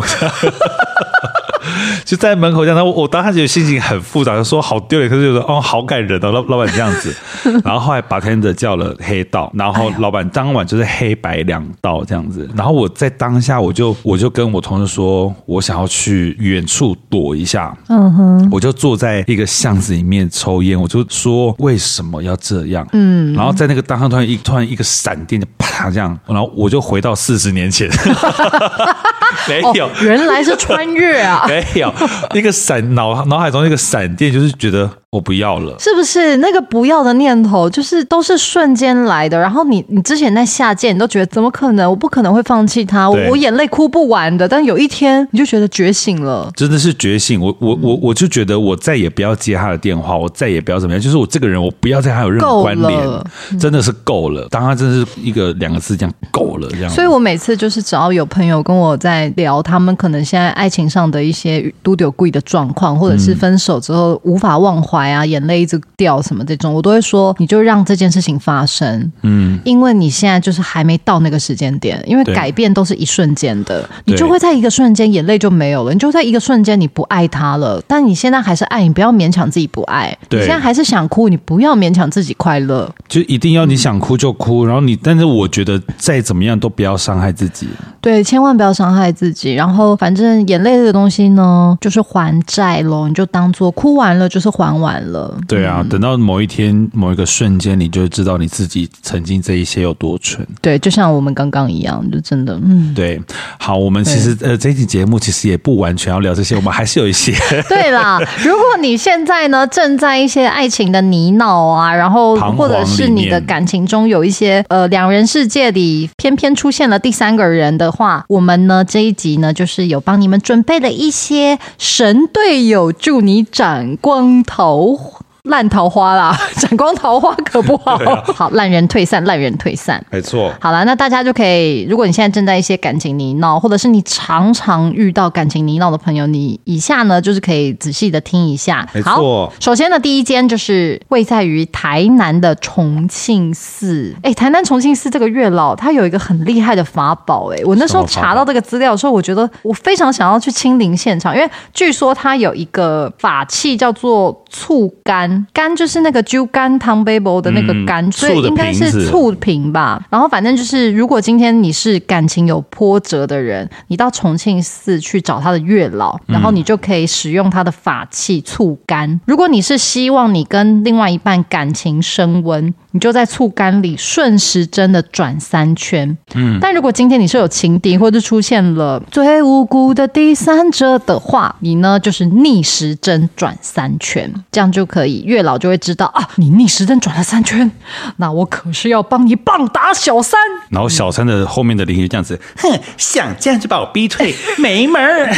就在门口这样，我我当时觉得心情很复杂，就说好丢脸，可是就说哦好感人哦，老老板这样子。然后后来bartender叫了黑道，然后老板当晚就是黑白两道这样子。然后我在当下我就我就跟我同事说，我想要去远处躲一下，嗯哼，我就坐在一个巷子里面抽烟，我就说为什么要这样？嗯，然后在那个当下突然一突然一个闪电就啪这样，然后我就回到四十年前。没有、哦， 原来是穿越啊！ 没有，一个闪脑脑海中一个闪电，就是觉得我不要了， 是不是？那个不要的念头，就是都是瞬间来的。然后你你之前在下界，你都觉得怎么可能？我不可能会放弃他，我我眼泪哭不完的。但有一天，你就觉得觉醒了， 真的是觉醒。我我我我就觉得我再也不要接他的电话，我再也不要怎么样。就是我这个人，我不要再还有任何关联，真的是够了。当他真的是一个两个字这样够了这样。 所以我每次就是只要有朋友跟我在聊他们可能现在爱情上的一些都有贵的状况，或者是分手之后无法忘怀啊，眼泪一直掉什么这种，我都会说你就让这件事情发生，嗯，因为你现在就是还没到那个时间点，因为改变都是一瞬间的，你就会在一个瞬间眼泪就没有了，你就在一个瞬间你不爱他了，但你现在还是爱，你不要勉强自己不爱，你现在还是想哭，你不要勉强自己快乐， 就一定要你想哭就哭，然后你，但是我觉得再怎么样都不要伤害自己， 对，千万不要伤害自己，然后反正眼泪这个东西呢就是还债咯，你就当做哭完了就是还完了， 对啊、嗯、等到某一天某一个瞬间你就会知道你自己曾经这一些有多蠢， 对，就像我们刚刚一样，就真的嗯， 对，好，我们其实呃这一期节目其实也不完全要聊这些，我们还是有一些对啦，如果你现在呢正在一些爱情的泥淖啊，然后或者是你的感情中有一些呃两人世界里偏偏出现了第三个人的话，我们呢这一集呢就是有帮你们准备了一些神队友助你斩光头烂桃花啦，闪光桃花可不好。啊、好，烂人退散，烂人退散， 没错。 好了，那大家就可以，如果你现在正在一些感情泥淖，或者是你常常遇到感情泥淖的朋友，你以下呢就是可以仔细的听一下。 没错。 好，首先呢，第一间就是位在于台南的重庆寺。哎，台南重庆寺这个月老，它有一个很厉害的法宝。哎，我那时候查到这个资料的时候，我觉得我非常想要去亲临现场，因为据说它有一个法器叫做醋柑，柑就是那个酒干汤杯波的那个柑、嗯，所以应该是醋瓶吧。然后反正就是，如果今天你是感情有波折的人，你到重庆寺去找他的月老，然后你就可以使用他的法器醋柑。如果你是希望你跟另外一半感情升温，你就在醋柑里顺时针的转三圈。嗯，但如果今天你是有情敌，或者出现了最无辜的第三者的话，你呢就是逆时针转三圈，这样就可以，月老就会知道啊，你逆时针转了三圈，那我可是要帮你棒打小三。 然后小三的后面的邻居这样子，哼，想这样就把我逼退，没门儿。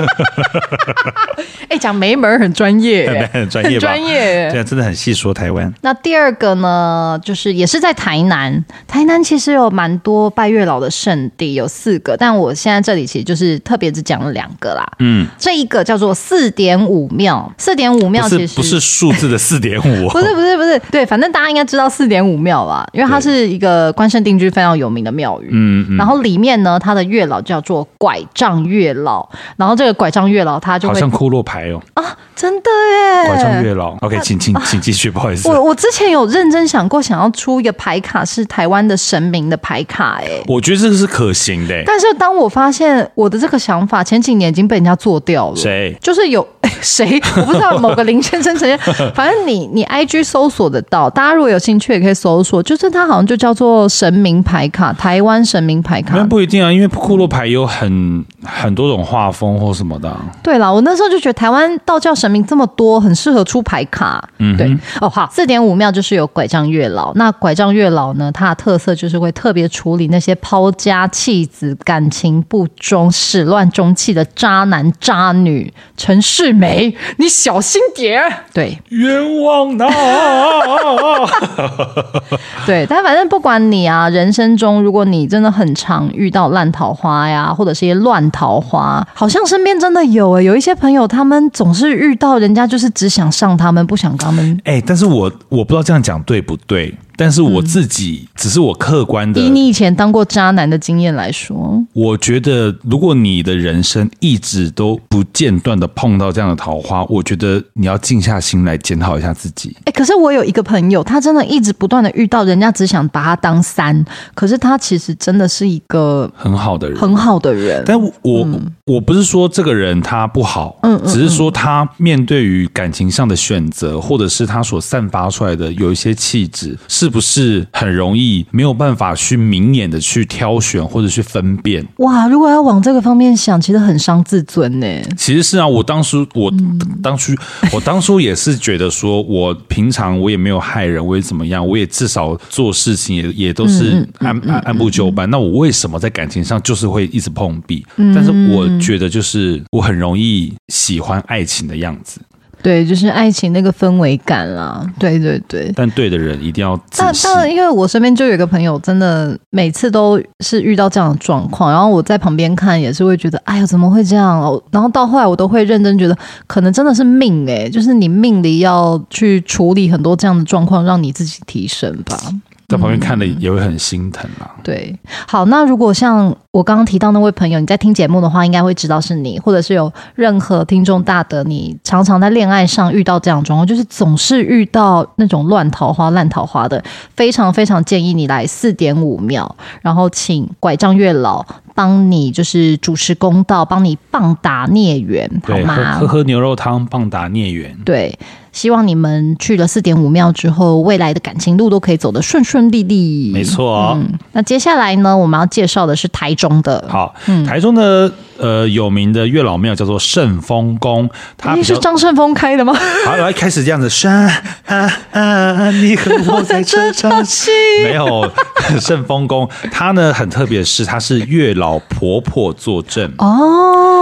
哎，讲没门儿很专业， 很专业吧，很专业，这样真的很细说台湾。 那第二个呢？就是也是在台南，台南其实有蛮多拜月老的圣地，有四个，但我现在这里其实就是特别只讲了两个啦。嗯，这一个叫做四点五庙，四点五庙其实不是数字的四点五， 不是不是不是，对，反正大家应该知道四点五庙吧，因为它是一个关圣定居非常有名的庙宇。嗯嗯，然后里面呢，它的月老叫做拐杖月老，然后这个拐杖月老他就会好像骷髅牌哦啊，真的耶， 拐杖月老。OK， 请请请继续，不好意思， 我我之前有认真想过。想要出一个牌卡是台湾的神明的牌卡。哎、欸， 我觉得这个是可行的、欸。 但是当我发现我的这个想法前几年已经被人家做掉了。 谁？ 就是有谁我不知道，某个林先生呈现，反正你你 I G 搜索得到，大家如果有兴趣也可以搜索，就是它好像就叫做神明牌卡，台湾神明牌卡。 那不一定啊，因为骷髅牌有很很多种画风或什么的、啊。 对啦，我那时候就觉得台湾道教神明这么多，很适合出牌卡。嗯，对哦，好，四点五庙就是有拐杖月老。那拐杖月老呢，它的特色就是会特别处理那些抛家弃子、感情不忠、始乱终弃的渣男渣女。陈世美，你小心点。对， 冤枉呐！ 对，但反正不管你啊，人生中如果你真的很常遇到烂桃花呀，或者是一些乱桃花，好像身边真的有哎、欸，有一些朋友他们总是遇到人家就是只想上他们，不想跟他们。 哎、欸，但是我我不知道这样讲对不对。但是我自己、嗯、只是我客观的， 以你以前当过渣男的经验来说， 我觉得如果你的人生一直都不间断的碰到这样的桃花，我觉得你要静下心来检讨一下自己。 哎、欸，可是我有一个朋友，他真的一直不断的遇到人家只想把他当三，可是他其实真的是一个很好的人， 很好的人。 但我、嗯、我不是说这个人他不好，嗯，只是说他面对于感情上的选择，或者是他所散发出来的有一些气质是。是不是很容易没有办法去明眼的去挑选或者去分辨？ 哇，如果要往这个方面想，其实很伤自尊呢。 其实是啊，我当初我、嗯、当初我当初也是觉得说，我平常我也没有害人，我也怎么样，我也至少做事情也也都是按、嗯嗯、按按部就班。那我为什么在感情上就是会一直碰壁？嗯、但是我觉得就是我很容易喜欢爱情的样子。 对，就是爱情那个氛围感啦，对对对。 但对的人一定要仔细。 当然，因为我身边就有一个朋友，真的每次都是遇到这样的状况，然后我在旁边看也是会觉得，哎呀，怎么会这样？然后到后来我都会认真觉得，可能真的是命哎、欸，就是你命里要去处理很多这样的状况，让你自己提升吧。 在旁边看了也会很心疼啦、嗯。 对，好，那如果像我刚刚提到那位朋友，你在听节目的话，应该会知道是你，或者是有任何听众大德，你常常在恋爱上遇到这样的状况，就是总是遇到那种乱桃花、烂桃花的，非常非常建议你来四点五庙，然后请拐杖月老帮你就是主持公道，帮你棒打孽缘，好吗？ 喝喝牛肉汤，棒打孽缘。 对。希望你们去了四点五庙之后，未来的感情路都可以走得顺顺利利。 没错、哦嗯。那接下来呢，我们要介绍的是台中的。 好，嗯、台中的呃有名的月老庙叫做圣丰宫，它是张圣丰开的吗？ 好，来开始这样子，山啊啊，你和我在这场戏。没有，圣丰宫它呢很特别的是，它是月老婆婆坐镇哦。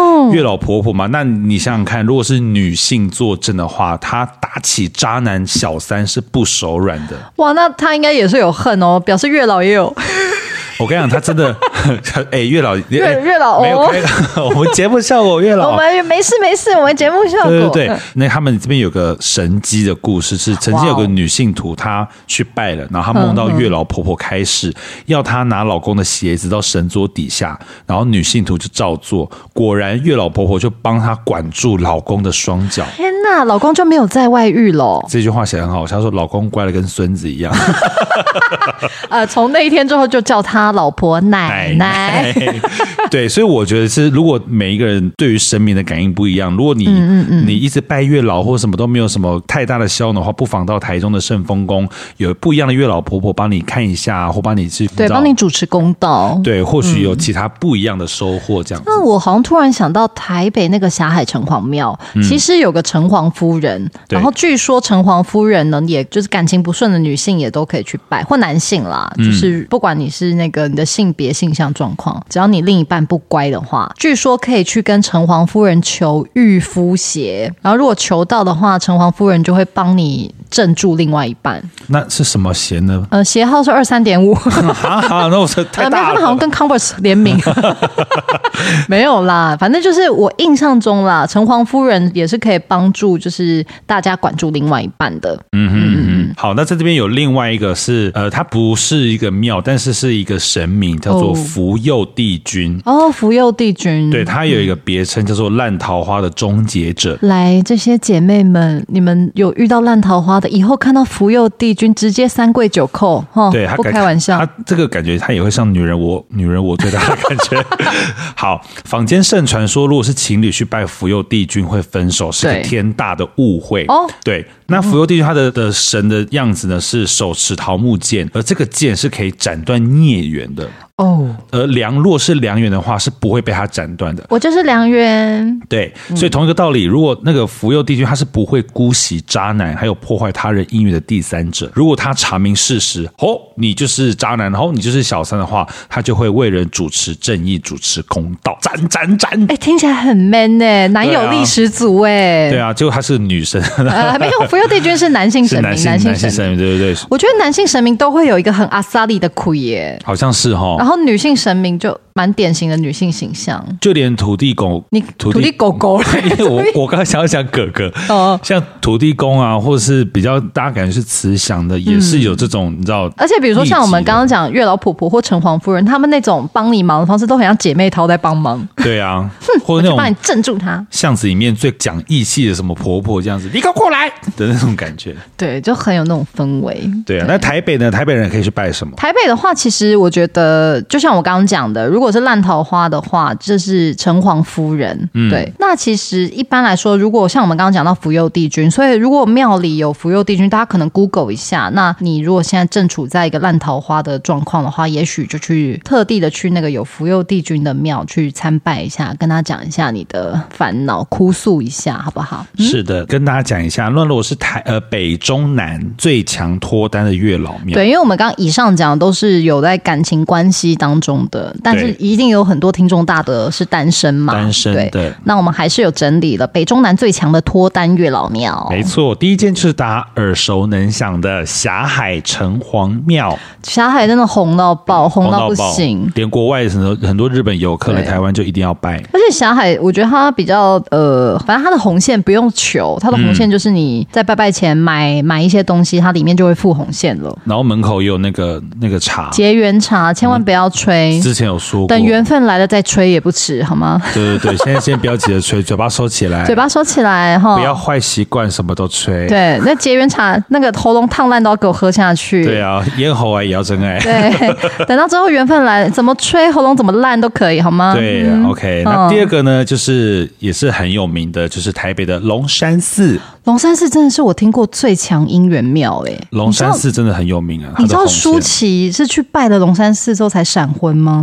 哦， 月老婆婆嘛，那你想想看，如果是女性坐镇的话，她打起渣男小三是不手软的。 哇，那她应该也是有恨哦，表示月老也有。 我跟你讲，他真的，哎、欸，月老， 月月老、哦、 没有开，我们节目效果月老， 我们没事没事，我们节目效果， 对对对。那他们这边有个神机的故事，是曾经有个女信徒，她去拜了，然后她梦到月老婆婆开示，要她拿老公的鞋子到神桌底下，然后女信徒就照做，果然月老婆婆就帮她管住老公的双脚。 天哪，老公就没有再外遇了。 这句话写得很好，他说老公乖的跟孙子一样。 呃，从那一天之后就叫他老婆奶奶。奶奶对，所以我觉得是，如果每一个人对于神明的感应不一样，如果你嗯嗯嗯你一直拜月老或什么都没有什么太大的消的话，不妨到台中的圣丰宫有不一样的月老婆婆帮你看一下，或帮你去对帮你主持公道， 对，或许有其他不一样的收获这样子。 那我好像突然想到台北那个霞海城隍庙，嗯、其实有个城隍夫人，然后据说城隍夫人呢，也就是感情不顺的女性也都可以去拜，或男性啦，就是不管你是那个你的性别性向状况，只要你另一半不乖的话，据说可以去跟城隍夫人求御夫鞋，然后如果求到的话，城隍夫人就会帮你镇住另外一半。 那是什么鞋呢？ 呃，鞋号是二三点五。 好，那我说太大了。呃、没有，他们好像跟 Converse 联名。没有啦，反正就是我印象中啦，城隍夫人也是可以帮助，就是大家管住另外一半的。 嗯哼嗯哼。好，那在这边有另外一个是，呃，它不是一个庙，但是是一个神明，叫做福佑帝君。 哦，福佑帝君。 对，他有一个别称叫做烂桃花的终结者。 来，这些姐妹们，你们有遇到烂桃花的，以后看到福佑帝君，直接三跪九叩，哈， 对，他不开玩笑。 他这个感觉，他也会像女人我女人我最大的感觉。好，坊间盛传说，如果是情侣去拜福佑帝君会分手，是个天大的误会。哦，对。那福佑帝君他的的神的样子呢，是手持桃木剑，而这个剑是可以斩断孽缘的。哦，而良若是良缘的话，是不会被他斩断的。 我就是良缘。 对，所以同一个道理，如果那个福佑帝君他是不会姑息渣男，还有破坏他人姻缘的第三者。如果他查明事实，哦，你就是渣男，然后你就是小三的话，他就会为人主持正义，主持公道，斩斩斩。 哎、欸，听起来很 man 哎、欸，男友力十足哎、欸。 对啊，结果他是女生。 呃，没有，福佑帝君是男性神明， 男性神明，对对对。 我觉得男性神明都会有一个很阿萨利的亏耶， 好像是哈。 然后女性神明就蛮典型的女性形象， 就连土地公， 你土地狗狗， 因为我我刚刚想要讲哥哥，哦，像土地公啊，或者是比较大家感觉是慈祥的，也是有这种、嗯、你知道， 而且比如说像我们刚刚讲月老婆婆或城隍夫人，他们那种帮你忙的方式，都很像姐妹淘在帮忙。 对啊，或者那种帮你镇住他， 巷子里面最讲义气的什么婆婆这样子，你给我过来的那种感觉， 对，就很有那种氛围。 对啊，对，那台北呢？台北人可以去拜什么？ 台北的话，其实我觉得，就像我刚刚讲的，如果是烂桃花的话，这是城隍夫人。嗯，对。那其实一般来说，如果像我们刚刚讲到福佑帝君，所以如果庙里有福佑帝君，大家可能 Google 一下。那你如果现在正处在一个烂桃花的状况的话，也许就去特地的去那个有福佑帝君的庙去参拜一下，跟他讲一下你的烦恼，哭诉一下，好不好？ 嗯、是的，跟大家讲一下，那如果是台呃北中南最强脱单的月老庙， 对，因为我们刚刚以上讲的都是有在感情关系当中的，但是一定有很多听众大德是单身嘛， 单身对。对， 那我们还是有整理了北中南最强的脱单月老庙。 没错，第一间就是大家耳熟能详的霞海城隍庙。 霞海真的红到爆，红到不行， 连国外很多很多日本游客来台湾就一定要拜。 而且霞海，我觉得它比较呃，反正它的红线不用求，它的红线就是你在拜拜前买买一些东西，它里面就会附红线了。 然后门口也有那个那个茶， 结缘茶，千万不要吹。 嗯、之前有说过， 等缘分来了再吹也不迟，好吗？ 对对对，现在先不要急着吹，嘴巴收起来， 嘴巴收起来哈， 不要坏习惯，什么都吹。 对，那结缘茶那个喉咙烫烂都要给我喝下去。 对啊，咽喉癌也要真爱。 对，等到之后缘分来，怎么吹喉咙怎么烂都可以，好吗？ 对、嗯、，OK。那第二个呢，就是也是很有名的，就是台北的龙山寺。 龙山寺真的是我听过最强姻缘庙哎， 龙山寺真的很有名啊。 你知道舒淇是去拜了龙山寺之后才闪婚吗？ 啊，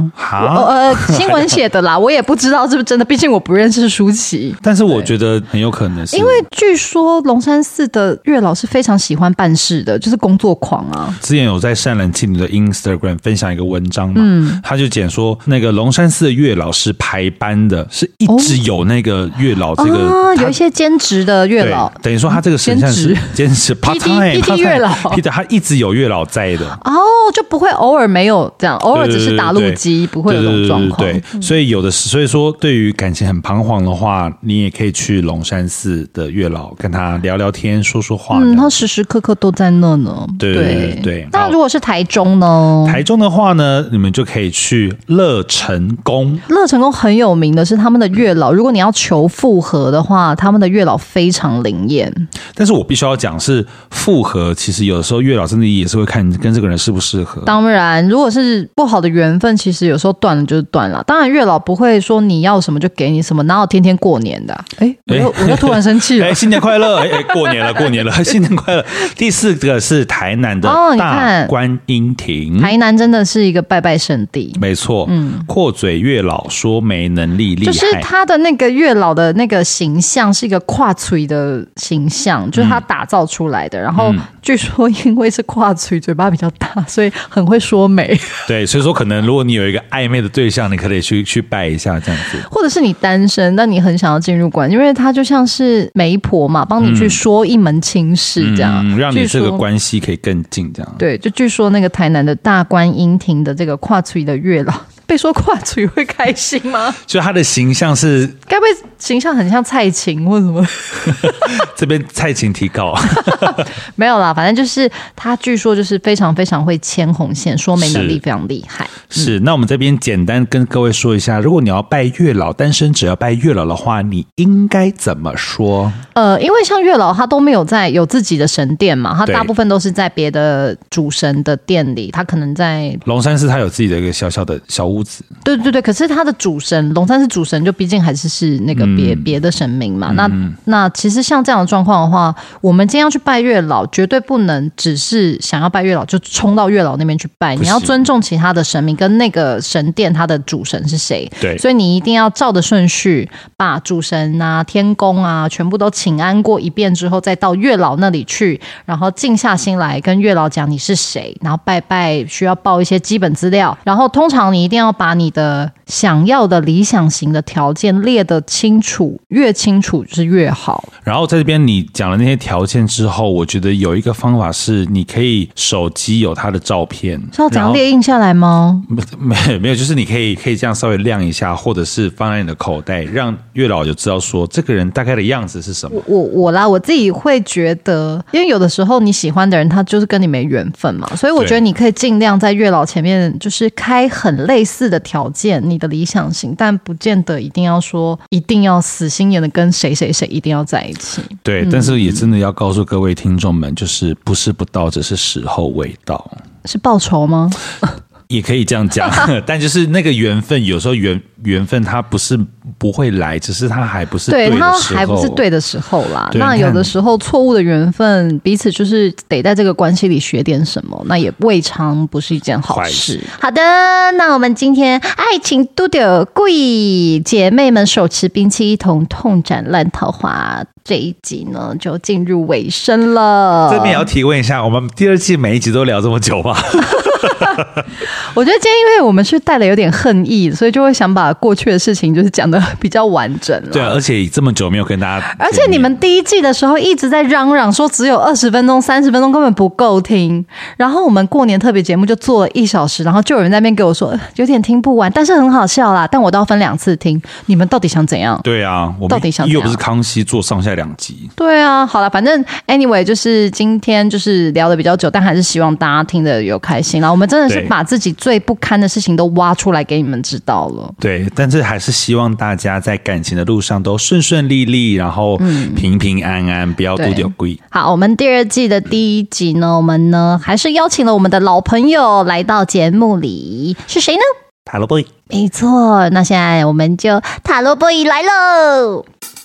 呃，新闻写的啦，我也不知道是不是真的，毕竟我不认识舒淇。 但是我觉得很有可能是， 因为据说龙山寺的月老是非常喜欢办事的，就是工作狂啊。 之前有在善男信女的 Instagram 分享一个文章嘛，嗯，他就讲说那个龙山寺的月老是排班的，是一直有那个月老这个， 哦、有一些兼职的月老， 等于说他这个神像是兼职 part time P T 月老 ，P T 他一直有月老在的， 哦，就不会偶尔没有这样，偶尔只是打路机，不会有这种状况。 对，所以有的是，所以说对于感情很彷徨的话，你也可以去龙山寺的月老跟他聊聊天，说说话。 嗯，他时时刻刻都在那呢。 对对 对, 对, 对。 那如果是台中呢？ 台中的话呢，你们就可以去乐成宫。 乐成宫很有名的是他们的月老，如果你要求复合的话，他们的月老非常灵验。 但是我必须要讲是复合，其实有的时候月老真的也是会看跟这个人适不适合。 当然，如果是不好的缘分，其实有时候断了就是断了。当然，月老不会说你要什么就给你什么，哪有天天过年的、啊？哎，我又我又突然生气了。 哎，新年快乐！哎哎，过年了，过年了，新年快乐！第四个是台南的大观音亭、哦， 台南真的是一个拜拜圣地。 没错，嗯，阔嘴月老说媒能力厉害， 就是他的那个月老的那个形象是一个跨嘴的形象，就是他打造出来的。嗯、然后据说因为是跨嘴，嘴巴比较大，所以很会说媒。 对，所以说可能如果你有一个暧昧的对象，你可以去去拜一下这样子， 或者是你单身，但你很想要进入关系，因为他就像是媒婆嘛，帮你去说一门亲事这样、 嗯嗯，让你这个关系可以更近这样。 对，就据说那个台南的大观音亭的这个跨嘴的月老。被说跨嘴会开心吗？ 就他的形象是， 该不会形象很像蔡琴或什么？ 这边蔡琴提告没有啦，反正就是他据说就是非常非常会牵红线，说媒能力非常厉害。 是，是嗯、那我们这边简单跟各位说一下，如果你要拜月老，单身只要拜月老的话，你应该怎么说？ 呃，因为像月老他都没有在有自己的神殿嘛，他大部分都是在别的主神的殿里，他可能在龙山寺，他有自己的一个小小的小屋。 对对对，可是他的主神龙山寺主神就毕竟还是是那个别、嗯、别的神明嘛。那那其实像这样的状况的话，我们今天要去拜月老，绝对不能只是想要拜月老就冲到月老那边去拜，你要尊重其他的神明跟那个神殿他的主神是谁。 对， 所以你一定要照的顺序，把主神啊、天公啊全部都请安过一遍之后，再到月老那里去，然后静下心来跟月老讲你是谁，然后拜拜需要报一些基本资料，然后通常你一定要把你的想要的理想型的条件列得清楚，越清楚就是越好。 然后在这边你讲了那些条件之后，我觉得有一个方法是，你可以手机有他的照片， 是要怎样列印下来吗？ 没没有，就是你可以可以这样稍微亮一下，或者是放在你的口袋，让月老就知道说这个人大概的样子是什么。 我我啦，我自己会觉得，因为有的时候你喜欢的人他就是跟你没缘分嘛，所以我觉得你可以尽量在月老前面就是开很类似的条件，你的理想型，但不见得一定要说一定要死心眼的跟谁谁谁一定要在一起。 对、嗯，但是也真的要告诉各位听众们，就是不是不到，只是时候未到。 是报仇吗？ 也可以这样讲，但就是那个缘分，有时候缘缘分它不是不会来，只是它还不是对的时候， 对，它还不是对的时候啦。那有的时候错误的缘分，彼此就是得在这个关系里学点什么，那也未尝不是一件好事。好的，那我们今天爱情都得贵，姐妹们手持兵器一同痛斩烂桃花。这一集呢就进入尾声了。 这边也要提问一下，我们第二季每一集都聊这么久吗？ 我觉得今天因为我们是带了有点恨意，所以就会想把过去的事情就是讲得比较完整了。 对、啊，而且这么久没有跟大家， 而且你们第一季的时候一直在嚷嚷说只有二十分钟、三十分钟根本不够听，然后我们过年特别节目就做了一小时，然后就有人在那边给我说有点听不完，但是很好笑啦，但我都要分两次听。你们到底想怎样？ 对啊，我们到底想怎样？ 又不是康熙做上下两集。 对啊，好了，反正 anyway 就是今天就是聊得比较久，但还是希望大家听得有开心啦。我们真的是把自己最不堪的事情都挖出来给你们知道了。 对，但是还是希望大家在感情的路上都顺顺利利，然后平平安安，嗯、不要丢丢贵。 好，我们第二季的第一集呢，我们呢还是邀请了我们的老朋友来到节目里，是谁呢？ 塔罗 boy。 没错，那现在我们就塔罗 boy 来喽。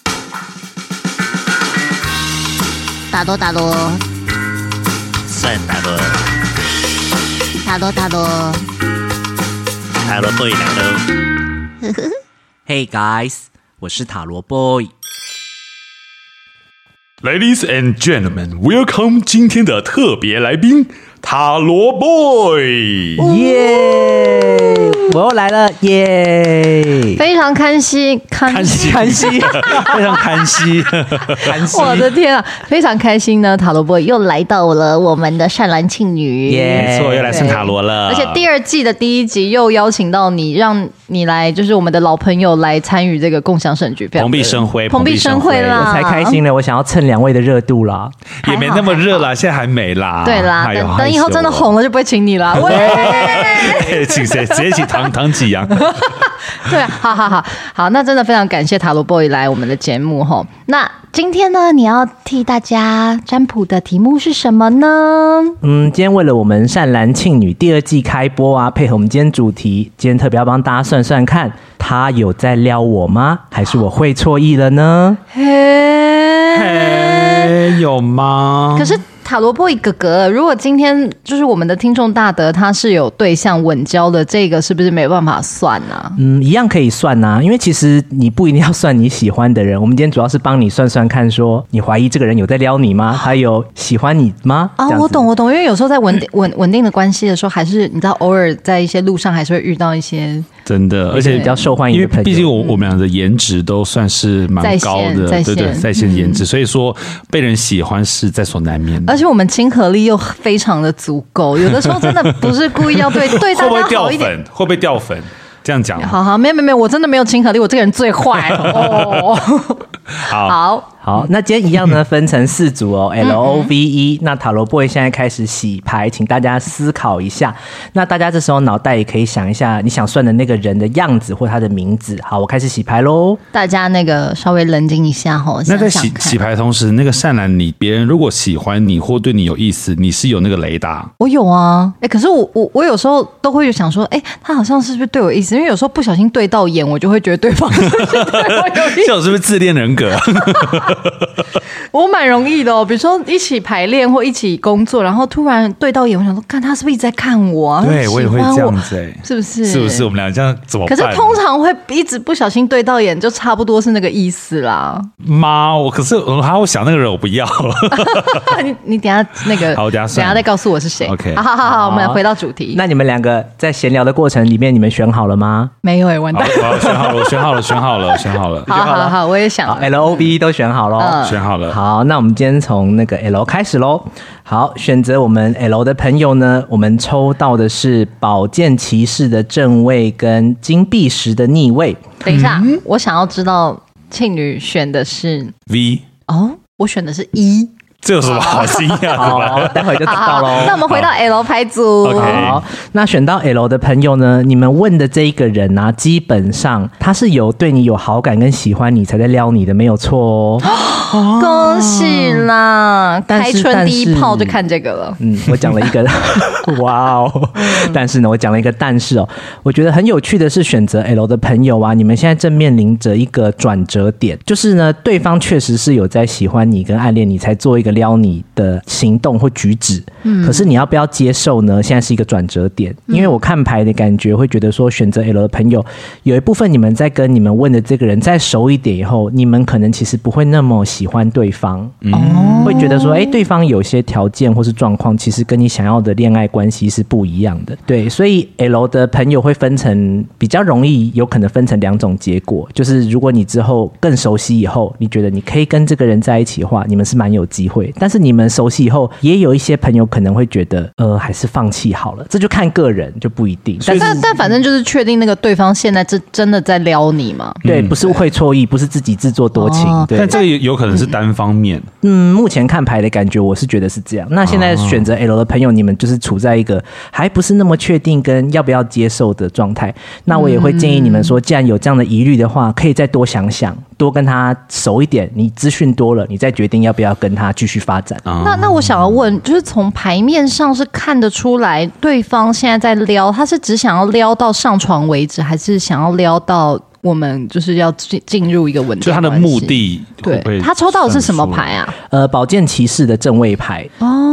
塔罗塔罗， 算塔罗， 塔罗塔罗， 塔罗 boy 来喽！Hey guys， 我是塔罗 boy。Ladies and gentlemen, welcome 今天的特别来宾塔罗 boy。 耶！我又来了耶！ 非常开心， 开心， 开心， 非常开心，开心！ 我的天啊，非常开心呢！塔罗 boy 又来到了我们的善男信女， 没错，又来圣塔罗了。 而且第二季的第一集又邀请到你，让你来，就是我们的老朋友来参与这个共享盛举， 蓬荜生辉， 蓬荜生辉啦！ 我才开心了，我想要蹭两位的热度啦， 也没那么热啦，现在还没啦。 对啦，等等以后真的红了就不会请你了。 喂，请谁？直接请唐唐启阳。 对啊，好好好好，那真的非常感谢塔罗 boy 来我们的节目吼。那今天呢，你要替大家占卜的题目是什么呢？ 嗯，今天为了我们善男信女第二季开播啊，配合我们今天主题，今天特别要帮大家算算看，他有在撩我吗？还是我会错意了呢？ 嘿， 嘿，有吗？ 可是塔罗 boy 哥哥，如果今天就是我们的听众大德他是有对象稳交的，这个是不是没办法算啊？ 嗯，一样可以算啊，因为其实你不一定要算你喜欢的人，我们今天主要是帮你算算看，说你怀疑这个人有在撩你吗？他有喜欢你吗？ 啊、哦，我懂我懂，因为有时候在稳定稳稳定的关系的时候，还是你知道，偶尔在一些路上还是会遇到一些。 真的，而且比较受欢迎的朋友， 因为毕竟我我们俩的颜值都算是蛮高的，对对，在线颜值，嗯、所以说被人喜欢是在所难免的。 而且我们亲和力又非常的足够，有的时候真的不是故意要对对大家好一点， 会不会掉粉？这样讲， 好好，没有没有没有，我真的没有亲和力，我这个人最坏哦。 好。 好好，那今天一样呢，分成四组哦 ，L O V E。那塔罗 boy 现在开始洗牌，请大家思考一下。那大家这时候脑袋也可以想一下，你想算的那个人的样子或他的名字。好，我开始洗牌喽。 大家那个稍微冷静一下哈。 那在洗洗牌的同时，那个善男，你别人如果喜欢你或对你有意思，你是有那个雷达？ 我有啊，哎、欸，可是我我我有时候都会想说，哎、欸，他好像是不是对我有意思？因为有时候不小心对到眼，我就会觉得对方是不是对我有意思。 这种是不是自恋人格？ 我蛮容易的哦，比如说一起排练或一起工作，然后突然对到眼，我想说，看他是不是一直在看我啊？ 对，我也会这样子、欸， 是不是？ 是不是？我们俩这样怎么办？ 可是通常会一直不小心对到眼，就差不多是那个意思啦。 妈，我可是我还要想那个人，我不要。 你你等一下那个， 好，我等一下等一下再告诉我是谁。 OK， 好好好好，我们来回到主题。 那你们两个在闲聊的过程里面，你们选好了吗？ 没有哎、欸，完蛋。 好，选好了，选好了，选好了，选好了。 好好好，我也想了。 L O V E 都选好了、 嗯， 选好了。 好，那我们今天从那个 L 开始咯。好，选择我们 L 的朋友呢，我们抽到的是宝剑骑士的正位跟金币石的逆位。 等一下、嗯、我想要知道庆女选的是 V 哦，我选的是一， 这有什么好惊讶的？ 好，待会就知道咯。 那我们回到 L 牌组。 Okay. 好，那选到 L 的朋友呢，你们问的这一个人啊，基本上他是有对你有好感跟喜欢你才在撩你的，没有错哦。 恭喜啦！开春第一炮就看这个了。 嗯，我讲了一个，哇哦！但是呢，我讲了一个但是哦，我觉得很有趣的是，选择 L 的朋友啊，你们现在正面临着一个转折点，就是呢，对方确实是有在喜欢你跟暗恋你，才做一个撩你的行动或举止。嗯，可是你要不要接受呢？现在是一个转折点，因为我看牌的感觉会觉得说，选择 L 的朋友，有一部分你们在跟你们问的这个人再熟一点以后，你们可能其实不会那么喜欢对方，嗯，会觉得说，哎、欸，对方有些条件或是状况，其实跟你想要的恋爱关系是不一样的。对，所以 L 的朋友会分成比较容易，有可能分成两种结果，就是如果你之后更熟悉以后，你觉得你可以跟这个人在一起的话，你们是蛮有机会。但是你们熟悉以后，也有一些朋友可能会觉得，呃，还是放弃好了，这就看个人，就不一定。但但但反正就是确定那个对方现在真真的在撩你嘛？ 对，不是会错意，不是自己自作多情。哦、对， 但这个有可能是单方面。 嗯，目前看牌的感觉，我是觉得是这样。那现在选择 L 的朋友，你们就是处在一个还不是那么确定跟要不要接受的状态。那我也会建议你们说，既然有这样的疑虑的话，可以再多想想，多跟他熟一点。你资讯多了，你再决定要不要跟他继续发展。 嗯、那那我想要问，就是从牌面上是看得出来，对方现在在撩，他是只想要撩到上床为止，还是想要撩到我们就是要进进入一个稳定关系？ 就他的目的会不会， 对，他抽到的是什么牌啊？ 呃，宝剑骑士的正位牌。 哦。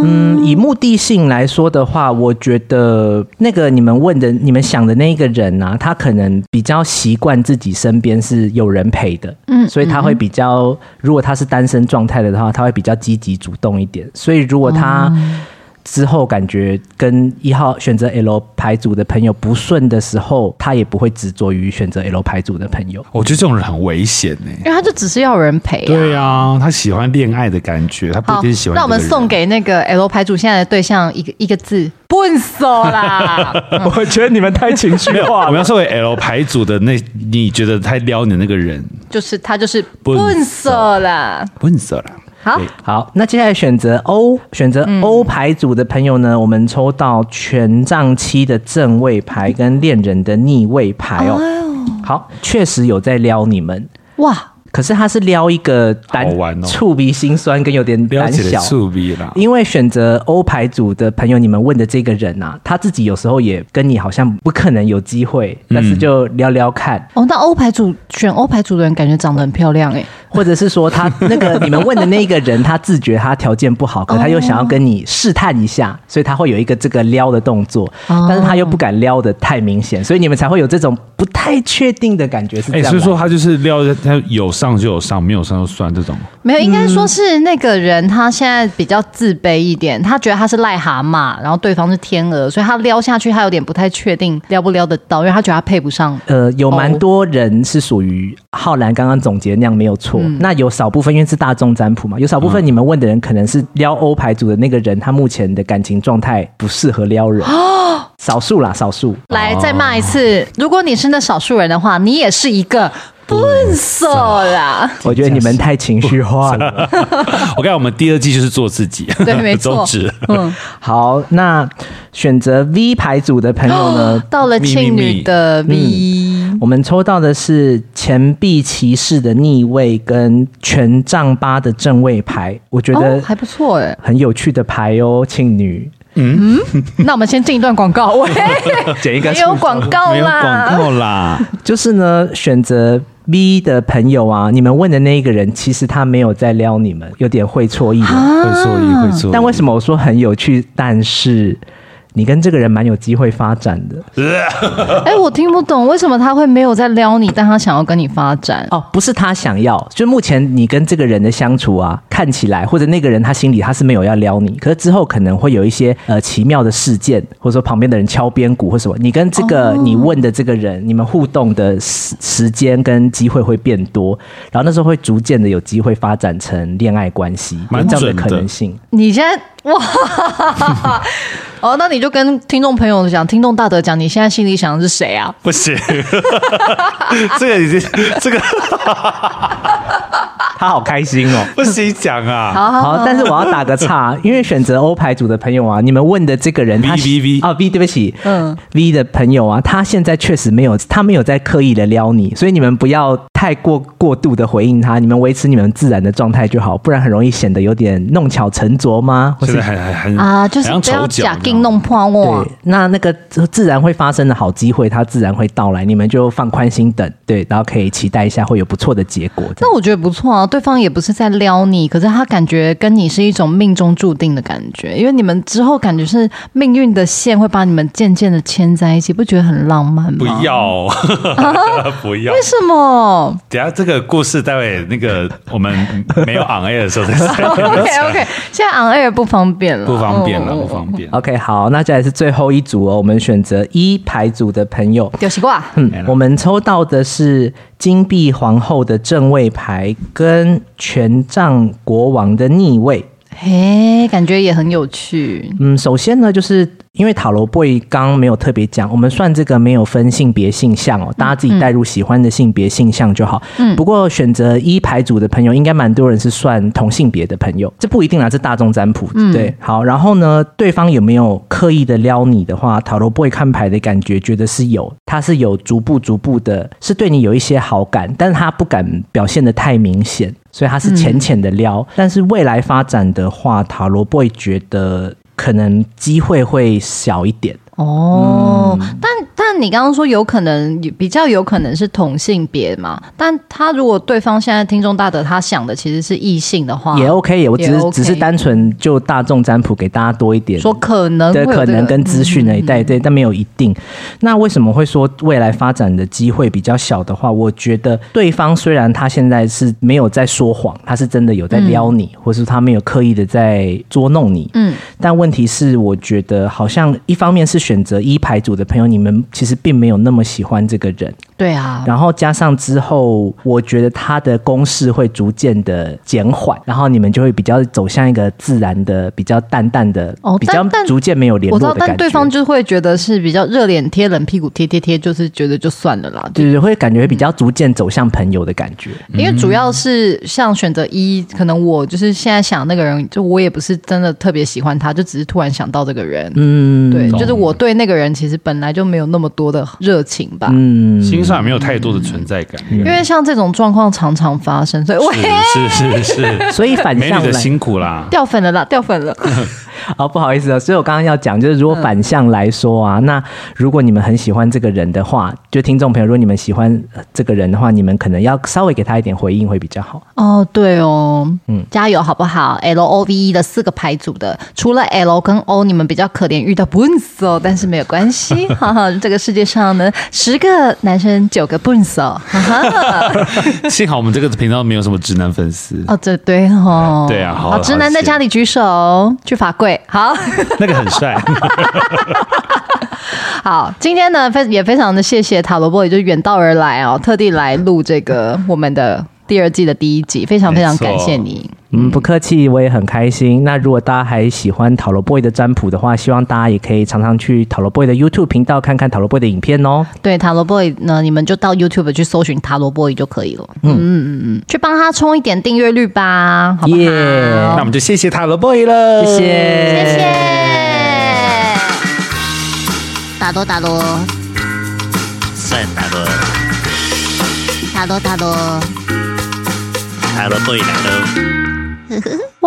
嗯，以目的性来说的话，我觉得那个你们问的、你们想的那一个人啊，他可能比较习惯自己身边是有人陪的，嗯，所以他会比较，如果他是单身状态的话，他会比较积极主动一点。所以如果他、嗯之后感觉跟一号选择 L 牌组的朋友不顺的时候，他也不会执着于选择 L 牌组的朋友。 我觉得这种人很危险呢、欸， 因为他就只是要有人陪、啊。 对啊，他喜欢恋爱的感觉，他不一定喜欢。 那我们送给那个 L 牌组现在的对象一个一个字：笨手啦。 我觉得你们太情绪化了。 我们要送给 L 牌组的那你觉得太撩你的那个人， 就是他就是笨手啦， 笨手啦。 好好，那接下来选择 O 选择 O 牌组的朋友呢、嗯，我们抽到权杖七的正位牌跟恋人的逆位牌哦。哎、好，确实有在撩你们哇。可是他是撩一个胆触鼻心酸跟有点胆小， 触鼻啦。 因为选择 O 牌组的朋友，你们问的这个人啊，他自己有时候也跟你好像不可能有机会，嗯、但是就撩撩看。 哦，那 O 牌组选 O 牌组的人感觉长得很漂亮哎、欸， 或者是说他那个你们问的那个人，他自觉他条件不好，可他又想要跟你试探一下，所以他会有一个这个撩的动作，哦、但是他又不敢撩的太明显，所以你们才会有这种不太确定的感觉是这样。哎、欸， 所以说他就是撩，他有上就有上，没有上就算这种。 没有，应该说是那个人他现在比较自卑一点，他觉得他是癞蛤蟆，然后对方是天鹅，所以他撩下去他有点不太确定撩不撩得到，因为他觉得他配不上。 呃，有蛮多人是属于浩然刚刚总结那样没有错、嗯，那有少部分因为是大众占卜嘛，有少部分你们问的人可能是撩欧牌组的那个人，他目前的感情状态不适合撩人。哦，少数啦，少数。 来，再骂一次，如果你是那少数人的话，你也是一个笨手啦。 我觉得你们太情绪化了。 我看我们第二季就是做自己， 对，没错。 嗯，好，那选择 V 牌组的朋友呢， 哦、到了庆女的 V，、 嗯、我们抽到的是钱币骑士的逆位跟权杖八的正位牌，我觉得、 哦、还不错哎， 很有趣的牌哦，庆女。 嗯，那我们先进一段广告，喂， 剪一个没有广告啦， 没有广告啦。 就是呢，选择 V 的朋友啊，你们问的那一个人，其实他没有在撩你们，有点会错意的， 啊、会错意，会错意。 但为什么我说很有趣？但是你跟这个人蛮有机会发展的。 哎、欸，我听不懂为什么他会没有在撩你，但他想要跟你发展。 哦，不是他想要，就目前你跟这个人的相处啊，看起来或者那个人他心里他是没有要撩你，可是之后可能会有一些呃奇妙的事件，或者说旁边的人敲边鼓或什么，你跟这个、哦、你问的这个人，你们互动的时时间跟机会会变多，然后那时候会逐渐的有机会发展成恋爱关系，有这样的可能性。 你现在哇，哦，那你就跟听众朋友讲，听众大德讲，你现在心里想的是谁啊？ 不行，这个已经这个， 他好开心哦， 不行讲啊。 好, 好, 好, 好，但是我要打个岔，因为选择欧牌组的朋友啊，你们问的这个人他 V V V 啊 V 对不起，嗯 V 的朋友啊，他现在确实没有，他没有在刻意的撩你，所以你们不要太过过度的回应他，你们维持你们自然的状态就好，不然很容易显得有点弄巧成拙吗？或是很很啊，就是不要假硬弄破我。 对，那那个自然会发生的好机会，它自然会到来，你们就放宽心等，对，然后可以期待一下会有不错的结果。 那我觉得不错啊，对方也不是在撩你，可是他感觉跟你是一种命中注定的感觉，因为你们之后感觉是命运的线会把你们渐渐的牵在一起，不觉得很浪漫吗？ 不要，啊、不要， 为什么？ 等一下这个故事待会那个我们没有 on air 的时候再说。 OK OK， 现在 on air 不方便了， 不方便了，不方便。 OK， 好，那接下来是最后一组哦，我们选择一牌组的朋友。 有习惯， 嗯，我们抽到的是金币皇后的正位牌跟权杖国王的逆位。 嘿，感觉也很有趣。 嗯，首先呢，就是因为塔罗 boy 刚刚没有特别讲，我们算这个没有分性别性向哦，大家自己带入喜欢的性别性向就好。嗯，不过选择一牌组的朋友，应该蛮多人是算同性别的朋友，这不一定啦，这大众占卜。嗯，对，好，然后呢，对方有没有刻意的撩你的话，塔罗 boy 看牌的感觉觉得是有，他是有逐步逐步的，是对你有一些好感，但是他不敢表现得太明显。所以他是浅浅的撩、嗯，但是未来发展的话，塔罗 boy 觉得可能机会会小一点。 哦，嗯、但但你刚刚说有可能比较有可能是同性别嘛？但他如果对方现在听众大德他想的其实是异性的话， 也 OK， 我只是、 OK、 只是单纯就大众占卜给大家多一点说可能的可能跟资讯而已，对对，但没有一定。那为什么会说未来发展的机会比较小的话？我觉得对方虽然他现在是没有在说谎，他是真的有在撩你，嗯、或是他没有刻意的在捉弄你，嗯，但问题是，我觉得好像一方面是选择一牌组的朋友，你们其实并没有那么喜欢这个人， 对啊， 然后加上之后，我觉得他的攻势会逐渐的减缓，然后你们就会比较走向一个自然的、比较淡淡的、哦、比较逐渐没有联络的感觉。我知道， 但对方就会觉得是比较热脸贴冷屁股贴贴贴，就是觉得就算了啦， 对对，会感觉比较逐渐走向朋友的感觉。 嗯、因为主要是像选择一，可能我就是现在想那个人，就我也不是真的特别喜欢他，就只是突然想到这个人，嗯，对，就是我对那个人其实本来就没有那么多的热情吧， 嗯，心上也没有太多的存在感， 嗯、因为像这种状况常常发生，所以我是是是是， 所以反向来， 美女的辛苦啦， 掉粉了啦，掉粉了。 好，不好意思啊，所以我刚刚要讲，就是如果反向来说啊，嗯、那如果你们很喜欢这个人的话，就听众朋友，如果你们喜欢这个人的话，你们可能要稍微给他一点回应会比较好。 哦，对哦，嗯，加油好不好 ？L O V E 的四个牌组的，除了 L 跟 O， 你们比较可怜，遇到不熟，但是没有关系，哈哈，这个世界上呢，十个男生九个不熟， 幸好我们这个频道没有什么直男粉丝。 哦，这对哦， 对啊，好， 好，直男在家里举手，去罚跪。好， 那个很帅。 好，今天呢，也非常的谢谢塔罗波，也就远道而来哦，特地来录这个我们的第二季的第一集，非常非常感谢你。 嗯，不客气，我也很开心。那如果大家还喜欢塔罗 boy 的占卜的话，希望大家也可以常常去塔罗 boy 的 YouTube 频道看看塔罗 boy 的影片哦。 对，塔罗 boy 呢，你们就到 YouTube 去搜寻塔罗 boy 就可以了。嗯嗯嗯嗯，去帮他冲一点订阅率吧，好不好？ Yeah, 那我们就谢谢塔罗 boy 了， 谢谢， 谢谢。 塔罗塔罗， 算塔罗， 塔罗塔罗， 塔罗 boy 来喽。 哇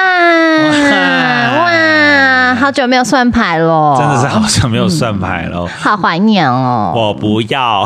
哇，好久没有算牌了， 真的是好久没有算牌了，嗯、 好怀念哦。 我不要。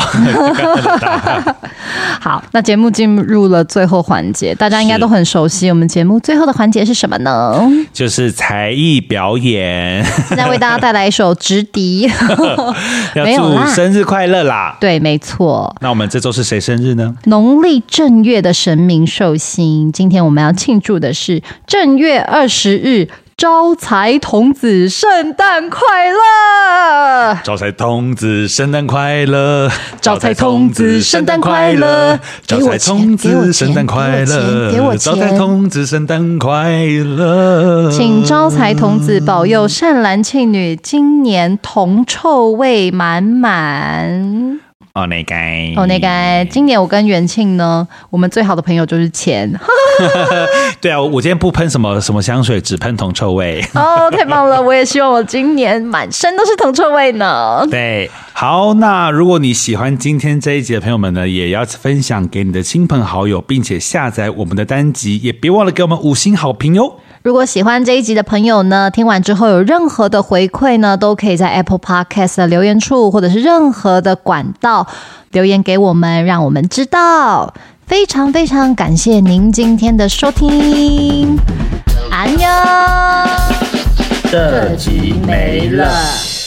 好，那节目进入了最后环节，大家应该都很熟悉。我们节目最后的环节是什么呢？ 就是才艺表演。 现在为大家带来一首《直笛》， 要祝生日快乐啦！ 对，没错。 那我们这周是谁生日呢？ 农历正月的神明寿星，今天我们要庆祝的是正月二十日。招财童子圣诞快乐！ 招财童子圣诞快乐！ 招财童子圣诞快乐！ 招财童子圣诞快乐！ 给我钱！ 招财童子圣诞快乐！ 请招财童子保佑善男信女今年铜臭味满满。 哦，那个， 哦，那个，今年我跟元庆呢，我们最好的朋友就是钱。 对啊，我今天不喷什么什么香水，只喷铜臭味。 哦，太棒了！我也希望我今年满身都是铜臭味呢。 对，好，那如果你喜欢今天这一集的朋友们呢，也要分享给你的亲朋好友，并且下载我们的单集，也别忘了给我们五星好评哟。 如果喜欢这一集的朋友呢，听完之后有任何的回馈呢，都可以在 Apple Podcast 的留言处或者是任何的管道留言给我们，让我们知道。非常非常感谢您今天的收听，安妞， 这集没了。